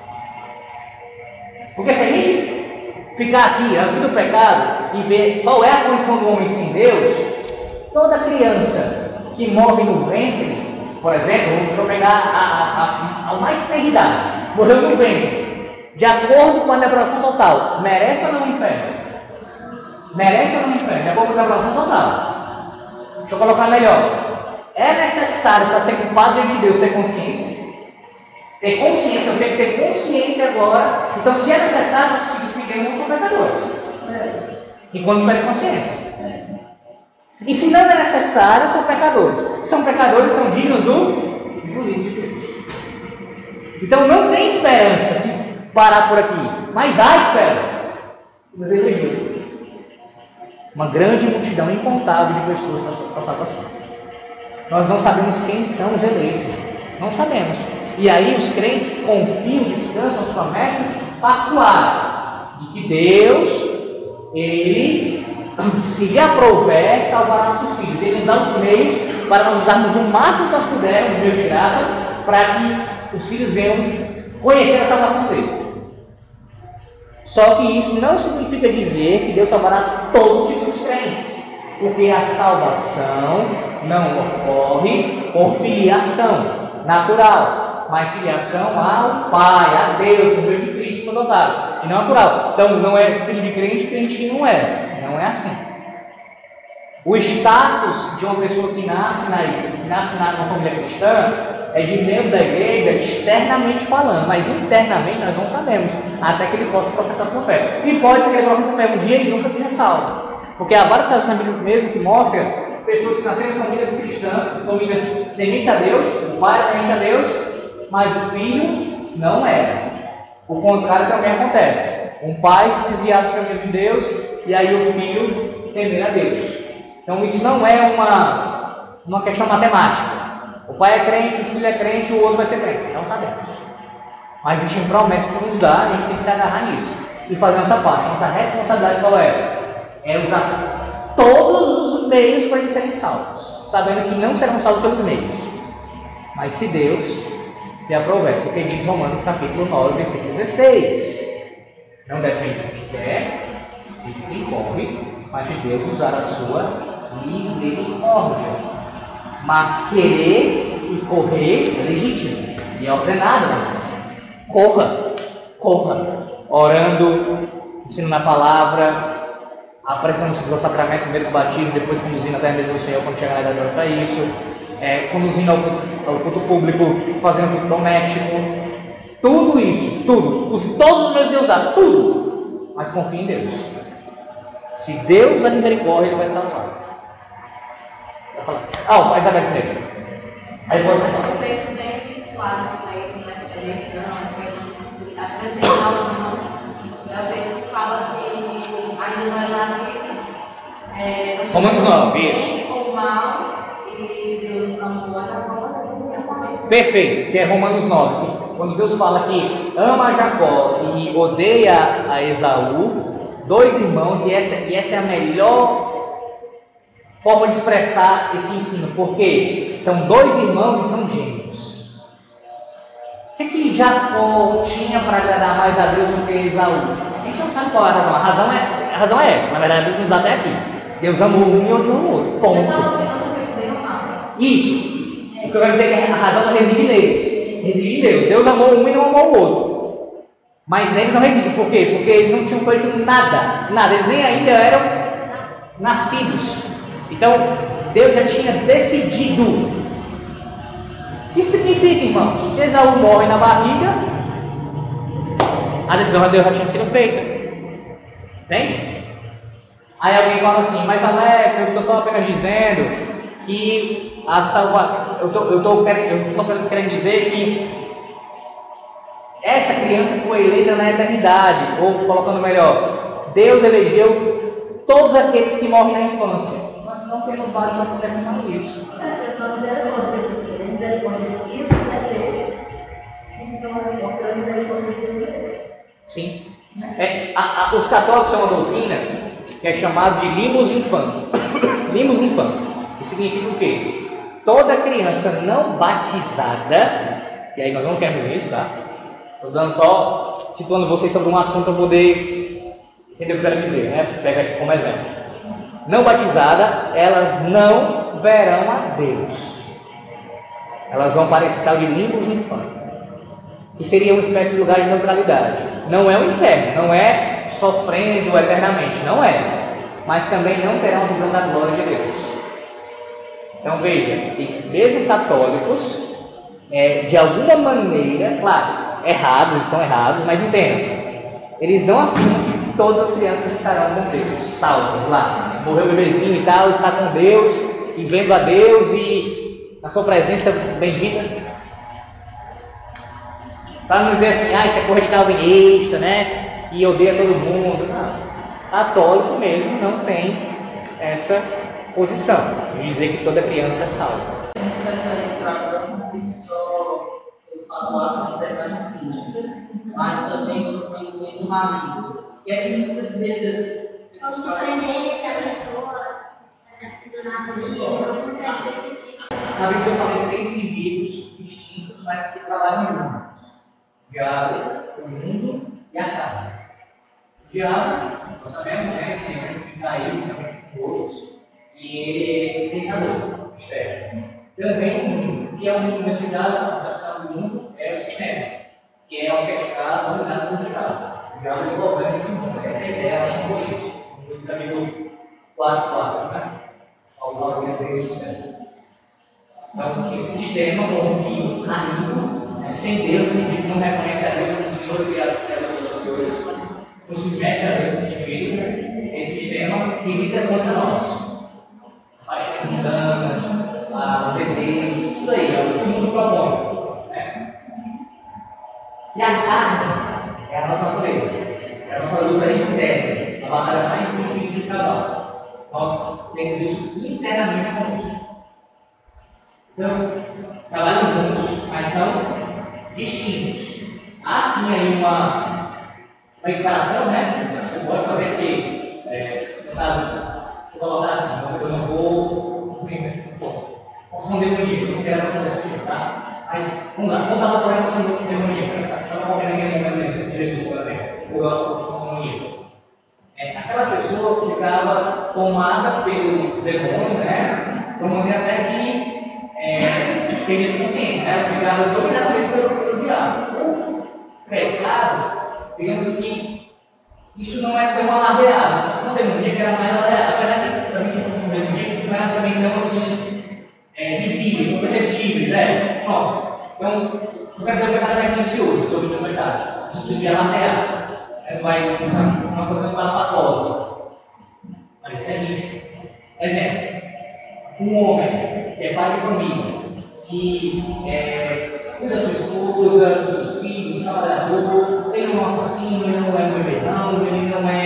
Porque se a gente ficar aqui antes do pecado e ver qual é a condição do homem sem Deus, toda criança que morre no ventre, por exemplo, vou pegar a, a, a, a mais tenridade, morreu no ventre, de acordo com a depravação total, merece ou não o inferno? Merece ou não o inferno? De acordo com a depravação total. Deixa eu colocar melhor. É necessário para ser culpado diante de Deus ter consciência? Ter consciência, eu tenho que ter consciência agora. Então, se é necessário, os filhos que têm não são pecadores. E quando tiverem consciência. E se não é necessário, são pecadores. São pecadores, são dignos do juízo de Deus. Então não tem esperança se parar por aqui. Mas há esperança. Nos elegeu uma grande multidão incontável de pessoas para a salvação. Nós não sabemos quem são os eleitos. Não sabemos. E aí os crentes confiam, descansam as promessas pactuadas de que Deus, Ele, se lhe aprouver, salvará nossos filhos. Ele nos dá os meios para nós usarmos o máximo que nós pudermos, meio de graça, para que os filhos venham conhecer a salvação dele. Só que isso não significa dizer que Deus salvará todos os tipos de crentes, porque a salvação não ocorre por filiação natural, mas filiação ao Pai, a Deus, no meio de Cristo, quando adotados, e não natural. Então não é filho de crente, crente não é. Não é assim. O status de uma pessoa que nasce, na, que nasce na uma família cristã é de membro da igreja, externamente falando, mas internamente nós não sabemos, até que ele possa professar sua fé. E pode ser que ele professe fé um dia e nunca seja salvo. Porque há vários casos na Bíblia mesmo que mostram pessoas que nasceram em famílias cristãs, famílias tementes a Deus, o pai é temente a Deus, mas o filho não era. O contrário também acontece. Um pai se desviar dos caminhos de Deus e aí o filho temer a Deus. Então isso não é uma, uma questão matemática. O pai é crente, o filho é crente, o outro vai ser crente. Não sabemos. Mas existem promessas que nos dá, a gente tem que se agarrar nisso. E fazer a nossa parte. Nossa responsabilidade qual é? É usar todos os meios para eles serem salvos. Sabendo que não serão salvos pelos meios. Mas se Deus lhe aprover. Porque diz Romanos capítulo nove, versículo dezesseis. Não depende de quem quer e de quem corre, mas de Deus usar a sua misericórdia. Mas querer e correr é legítimo e é ordenado, mas corra, corra, orando, ensinando a palavra, apresentando-se ao sacramento, primeiro com o batismo, depois conduzindo até a mesa do Senhor quando chegar na idade para isso, é, conduzindo ao culto, ao culto público, fazendo culto doméstico. Tudo isso, tudo, os, todos os meus Deus dá, tudo, mas confie em Deus. Se Deus é misericórdia, Ele vai salvar. Vai falar. Ah, o Isabel primeiro. Aí você fala.
Eu vejo bem vinculado a isso na eleição, a questão de explicação, mas em aula não. Eu vejo que fala que ainda não é nascido. É,
Romanos nove,
bem ou mal, e Deus amou a razão.
Perfeito, que é Romanos nove. Quando Deus fala que ama Jacó e odeia a Esaú, dois irmãos, e essa, e essa é a melhor forma de expressar esse ensino, porque são dois irmãos e são gêmeos. O que, que Jacó tinha para agradar mais a Deus do que Esaú? A gente não sabe qual é a razão. A razão é, a razão é essa, na verdade, a Bíblia nos dá até aqui. Deus amou um e odiou o outro. Ponto. Isso. O que eu quero dizer é que a razão não reside neles. Reside em Deus. Deus amou um e não amou o outro. Mas neles não reside. Por quê? Porque eles não tinham feito nada. Nada. Eles nem ainda eram nascidos. Então, Deus já tinha decidido. O que significa, irmãos? Se Esaú morre na barriga, a decisão de Deus já tinha sido feita. Entende? Aí alguém fala assim, mas Alex, eu estou só apenas dizendo que a salva... eu estou eu tô querendo, eu tô querendo dizer que essa criança foi eleita na eternidade, ou colocando melhor, Deus elegeu todos aqueles que morrem na infância. Nós não temos base para poder afirmar isso. Sim. É, a, a, os católicos têm uma doutrina que é chamada de limos infanto. Limos infanto. Que significa o quê? Toda criança não batizada E aí nós não queremos isso, tá? Estou dando só, situando vocês sobre um assunto para poder entender o que eu quero dizer, né? Pega isso como exemplo. Não batizada, elas não verão a Deus. Elas vão para esse tal de limbos infantes, que seria uma espécie de lugar de neutralidade. Não é o inferno, não é sofrendo eternamente, não é. Mas também não terão a visão da glória de Deus. Então veja, que mesmo católicos, é, de alguma maneira, claro, errados, estão errados, mas entendam, eles não afirmam que todas as crianças estarão com Deus, salvas lá, morreu o bebezinho e tal, está com Deus, e vendo a Deus e na sua presença bendita. Para não dizer assim, ah, isso é coisa de calvinista, né, que odeia todo mundo. Não. Católico mesmo não tem essa posição de dizer que toda criança é salva.
Essa extravagância não só pelo fato de pecar em mas também por uma influência maligna. Que é que muitas igrejas.
Como surpreender se a pessoa está se aprisionada ali, não consegue decidir.
Na Bíblia eu falei três indivíduos distintos, mas que trabalham juntos: o diabo, o mundo e a carne. O diabo, nós sabemos, né, esse anjo que caiu juntamente com outros, e ele é esse tentador externo. Também o mundo, que é o mundo nesse caso, a concepção do mundo é o sistema, que é orquestrado, dominado pelo diabo. O diabo ele governa esse mundo, essa é a ideia lá em Coríntios, no capítulo quatro, quatro, né? Ao lado de Deus do céu. Então, esse sistema corrompido, caído, né, sem Deus, que não reconhece a Deus como Senhor e Criador das coisas, não submete a Deus nesse sentido, esse sistema que milita contra nós. As paixões mundanas, os desejos, tudo aí, é o que o mundo propõe. Né? E a carne é a nossa natureza, é a nossa luta interna, a batalha mais difícil de cada um. Nós temos isso internamente conosco. Então, trabalham juntos, mas são distintos. Há sim aí uma, uma equiparação, né? Você pode fazer que, é, no caso, deixa eu colocar assim, eu não vou função demoníaca, eu não quero fazer isso, tá? Mas vamos lá, vamos dar uma correta função demoníaca, tá? Estava qualquer ninguém no momento de Jesus, por exemplo, ou a função demoníaca. É, aquela pessoa ficava tomada pelo demônio, né? De uma maneira até que É, tem consciência, né? Ela ficava dominadamente pelo, pelo diabo. O pecado, digamos que isso não é tão alardeado. A função demoníaca era mais alardeada. Apesar que, para mim, a função demoníaca não era também tão assim, é, visíveis, são perceptíveis, né? Bom, então, eu quero dizer que o pecado é mais silencioso sobre o pecado. No sentido de alardeado. Não vai uma coisa espalhafatosa. Mas isso é místico. Exemplo. Um homem que é pai de família, que é, cuida da sua esposa, dos seus filhos, trabalhador, ele não é um assassino, ele não é um beberrão, ele não é,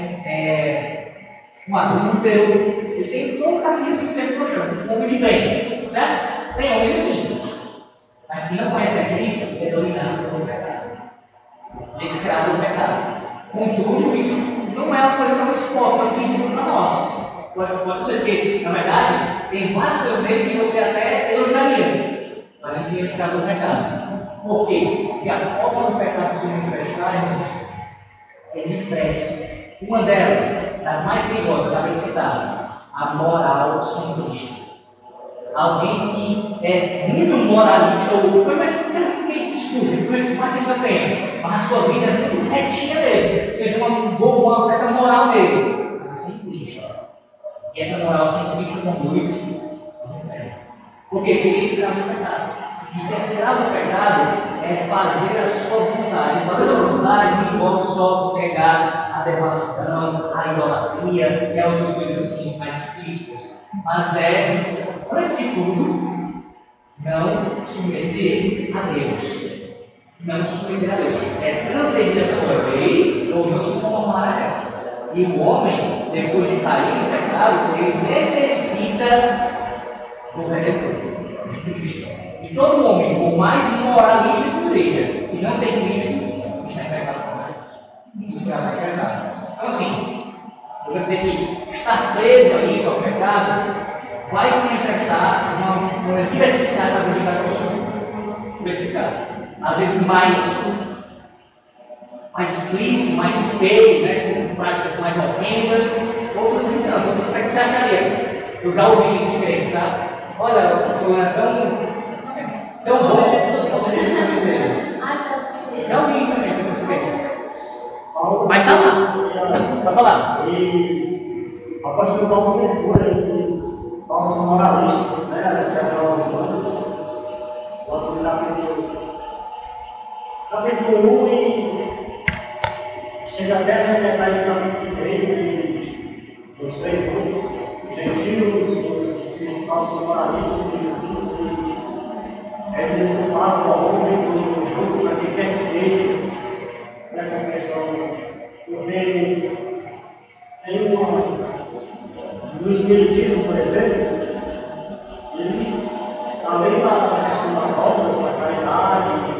é um adúltero, ele tem todas as características que sempre projetam, um homem de bem, certo? Tem homem assim, mas que não conhece a Cristo, é dominado pelo pecado, é escravo do pecado. Contudo, isso não é uma coisa tão exposta, tão visível para nós. Pode, pode ser que, na verdade, tem várias coisas nele que você até elogiaria, mas a gente tinha escravo do pecado. Por quê? Porque a forma do pecado se manifestar, irmãos, é diferente. Uma delas, das mais perigosas, da bem citada, a moral sem Cristo. Alguém que é muito moralista, ou como é que se discute, como é que bate a pena, mas a sua vida é muito retinha mesmo. Você vê uma boa, uma certa moral nele, mas sem Cristo. E essa moral sem Cristo conduz ao inferno. Por quê? Porque ele é escravo do pecado. E ser escravo do pecado é fazer a sua vontade. Fazer a sua vontade não envolve só se pegar a devassidão, a idolatria e outras coisas assim mais físicas. Mas é, antes de tudo, não submeter a Deus. Não submeter a Deus. É transgredir a sua lei ou não se conformar a ela. E o homem, depois de cair no pecado, ele necessita do Redentor, de Cristo. E todo homem, por mais moralista que seja, e não tem Cristo, está em pecado com Deus. Escravo desse pecado. Então, assim, eu quero dizer que estar preso a isso, ao pecado, vai se manifestar de uma maneira diversificada da vida da pessoa. Diversificada. às vezes mais, mais explícito, mais feio, né? Com práticas mais horrendas, outras nem tanto, outras como é que você acharia? Eu já ouvi isso de crentes, tá? Olha, o fulano é tão, tão bom, já ouvi isso também, essas crentes. Mas tá lá, vai falar.
E o apóstolo Paulo censura esses falsos moralistas, né? Essa é a humanos. Bota no capítulo, capítulo um e chega até na metade do capítulo três e dos três grupos, os gentios, esses falsos moralistas e é desculpado ao homem do grupo, para quem quer que seja, nessa questão, porque tem uma. No Espiritismo, por exemplo, eles, além da questão das obras, da caridade,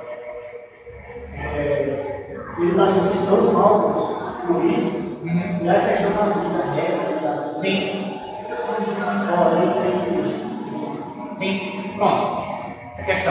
é, eles acham que são salvos por isso, uhum. E a questão da vida reta,
sim.
Podem ser.
Sim, pronto. Essa questão.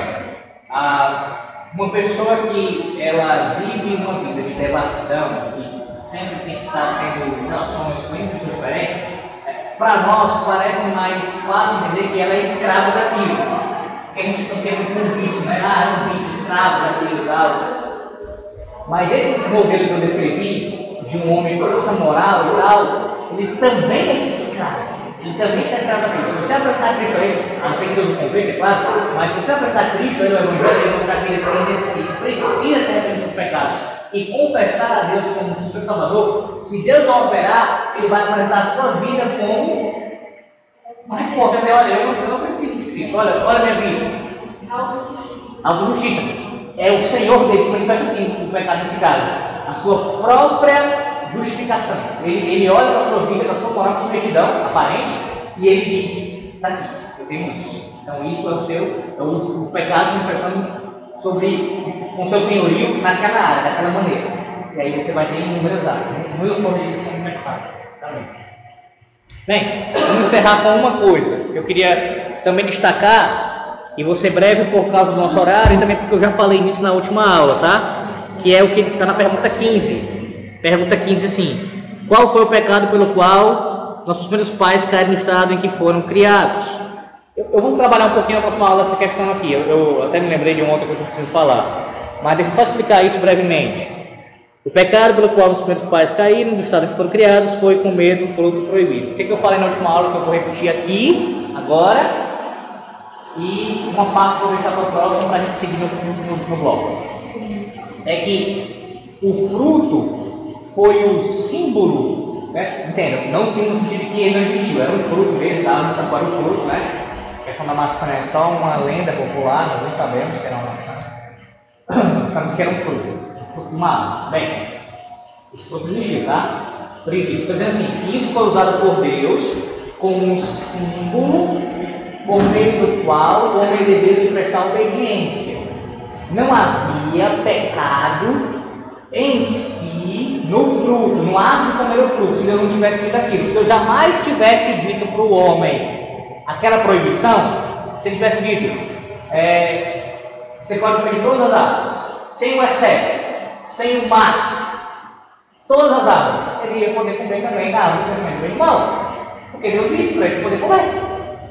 Ah, uma pessoa que ela vive uma vida de devassidão e sempre tem que estar tendo relações com muitas diferentes, para nós parece mais fácil entender que ela é escrava daquilo. Porque a gente associa muito com vício, né? Ah, é um vício, escravo daquilo e tal. Mas esse modelo que eu descrevi, de um homem com essa moral e tal, ele também é escravo. Ele também está escravo daquilo. Se você apertar Cristo a ele, a não ser que Deus o converta, é claro, mas se você apertar Cristo a ele, o Evangelho, ele vai mostrar que ele, ele precisa se arrepender dos seus pecados e confessar a Deus como seu Salvador. Se Deus não operar, ele vai apresentar a sua vida como uma resposta. Quer dizer, olha, eu não, eu não preciso de Cristo, olha, olha a minha vida.
Autojustiça.
Autojustiça. É o Senhor Deus que manifesta assim o pecado nesse caso. A sua própria justificação. Ele, ele olha para a sua vida, para a sua moral, para a sua retidão aparente, e ele diz, está aqui, eu tenho isso. Então isso é o seu, é o, o pecado se manifestando sobre, com o seu senhorio naquela área, daquela maneira. E aí você vai ter inúmeras áreas. Inúmeras formas de se manifestar também. Bem, vamos encerrar com uma coisa que eu queria também destacar, e vou ser breve por causa do nosso horário e também porque eu já falei nisso na última aula, tá? Que é o que está na pergunta quinze. Pergunta quinze assim: qual foi o pecado pelo qual nossos primeiros pais caíram no estado em que foram criados? Eu, eu vou trabalhar um pouquinho na próxima aula essa questão aqui. Eu, eu até me lembrei de uma outra coisa que eu preciso falar, mas deixa eu só explicar isso brevemente. O pecado pelo qual os primeiros pais caíram do estado em que foram criados foi comer do fruto proibido. O que, que eu falei na última aula que eu vou repetir aqui agora? E uma parte eu vou deixar para o próximo para a gente seguir no, no, no bloco. É que o fruto foi o símbolo, né? Entenda, não o símbolo no sentido de que ele não existiu, era um fruto mesmo, tá? Não sabe qual era o fruto, né? A questão da maçã é só uma lenda popular, nós não sabemos que era uma maçã. Nós sabemos que era um fruto, um fruto de uma árvore. Bem, esse fruto existiu, tá? Por isso, estou dizendo assim, que isso foi usado por Deus como um símbolo por meio do qual o homem deveria prestar obediência. Não havia pecado em si no fruto, no ato de comer o fruto, se Deus não tivesse dito aquilo. Se Deus jamais tivesse dito para o homem aquela proibição, se ele tivesse dito, é, você pode comer todas as árvores, sem o exceto, sem o mas, todas as árvores, ele ia poder comer também da árvore do conhecimento do bem e do mal, porque Deus disse para ele poder comer.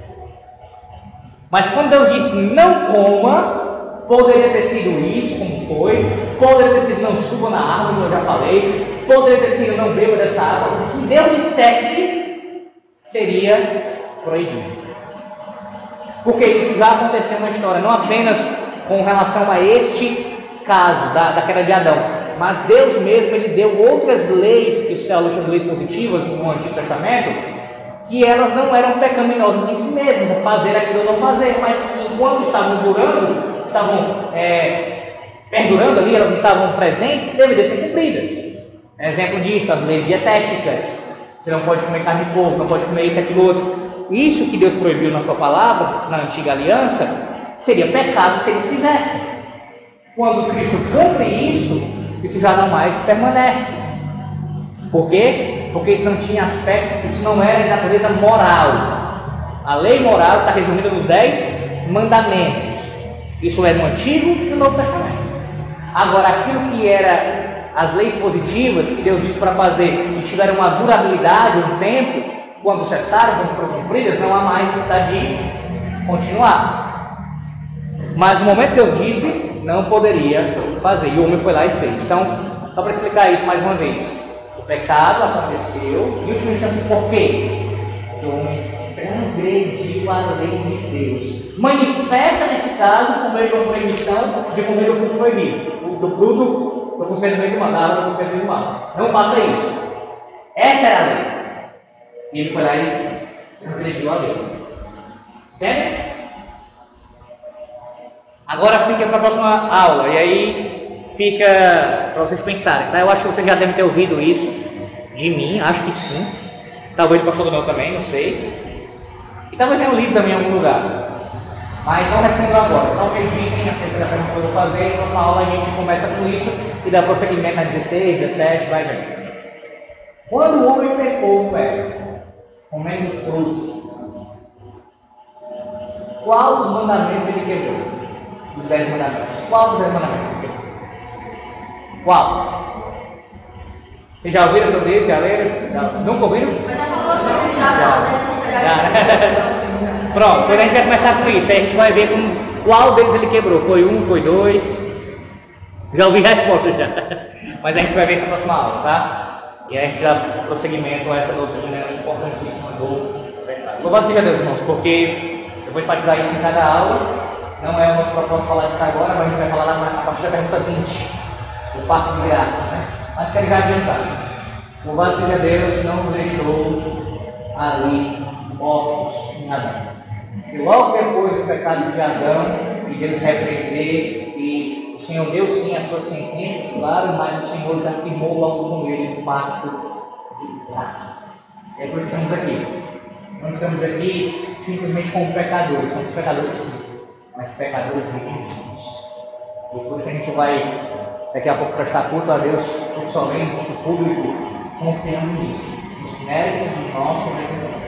Mas quando Deus disse não coma, poderia ter sido isso, como foi, poderia ter sido não suba na árvore, como eu já falei, poderia ter sido não beba dessa água. O que Deus dissesse seria proibido. Porque isso já aconteceu na história, não apenas com relação a este caso da, da queda de Adão, mas Deus mesmo ele deu outras leis, que os teólogos chamam de leis positivas no Antigo Testamento, que elas não eram pecaminosas em si mesmas, a fazer aquilo ou não fazer, mas que enquanto estavam durando, estavam é, perdurando ali, elas estavam presentes, deveriam ser cumpridas. Exemplo disso, as leis dietéticas. Você não pode comer carne de porco, não pode comer isso, aquilo, outro. Isso que Deus proibiu na sua palavra, na antiga aliança, seria pecado se eles fizessem. Quando Cristo cumpre isso, isso já não mais permanece. Por quê? Porque isso não tinha aspecto, isso não era de natureza moral. A lei moral está resumida nos dez mandamentos. Isso é no Antigo e no Novo Testamento. Agora, aquilo que era as leis positivas que Deus disse para fazer e tiveram uma durabilidade, um tempo, quando cessaram, quando foram cumpridas, não há mais necessidade de continuar. Mas no momento que Deus disse, não poderia fazer, e o homem foi lá e fez. Então, só para explicar isso mais uma vez, o pecado aconteceu, e última instância, por quê? Porque o homem transgrediu a lei de Deus. Manifesta nesse caso por meio de uma proibição de comer do fruto proibido, do fruto do conselho do meio do mal, da árvore do conselho do mal. Não faça isso. Essa era a lei. E ele foi lá e transgrediu a lei. Entende? Agora fica para a próxima aula, e aí fica para vocês pensarem, tá? Eu acho que vocês já devem ter ouvido isso de mim, acho que sim. Talvez do pastor do meu também, não sei. E talvez tenham lido também em algum lugar. Mas não respondendo agora, só acreditem acerca da pergunta que eu vou fazer. Na próxima aula a gente começa com isso e dá prosseguimento na dezesseis, dezessete, vai vendo. Quando o homem pecou, velho, comendo fruto, qual dos mandamentos ele quebrou? Dos dez mandamentos. Qual dos dez mandamentos ele quebrou? Qual? Vocês já ouviram sobre isso? Já leram? Nunca ouviram? Pronto, quando a gente vai começar com isso, aí a gente vai ver como, qual deles ele quebrou. Foi um, foi dois. Já ouvi a resposta já. Mas a gente vai ver isso na próxima aula, tá? E aí a gente dá prosseguimento a essa doutrina importantíssima do pecado. Louvado seja Deus, irmãos, porque eu vou enfatizar isso em cada aula. Não é o nosso propósito falar disso agora, mas a gente vai falar lá a partir da pergunta vinte, do Parque de Graça, né? Mas quero já adiantar. Louvado seja Deus, não nos deixou ali mortos em Adão. E logo depois do pecado de Adão, e Deus repreender, e o Senhor deu sim as suas sentenças, claro, mas o Senhor já firmou logo com ele um pacto de graça. E é por isso que estamos aqui. Não estamos aqui simplesmente como pecadores, somos pecadores sim, mas pecadores redimidos. E por isso a gente vai daqui a pouco prestar culto a Deus, culto solene, culto público, confiando nisso, nos méritos de nosso redentor.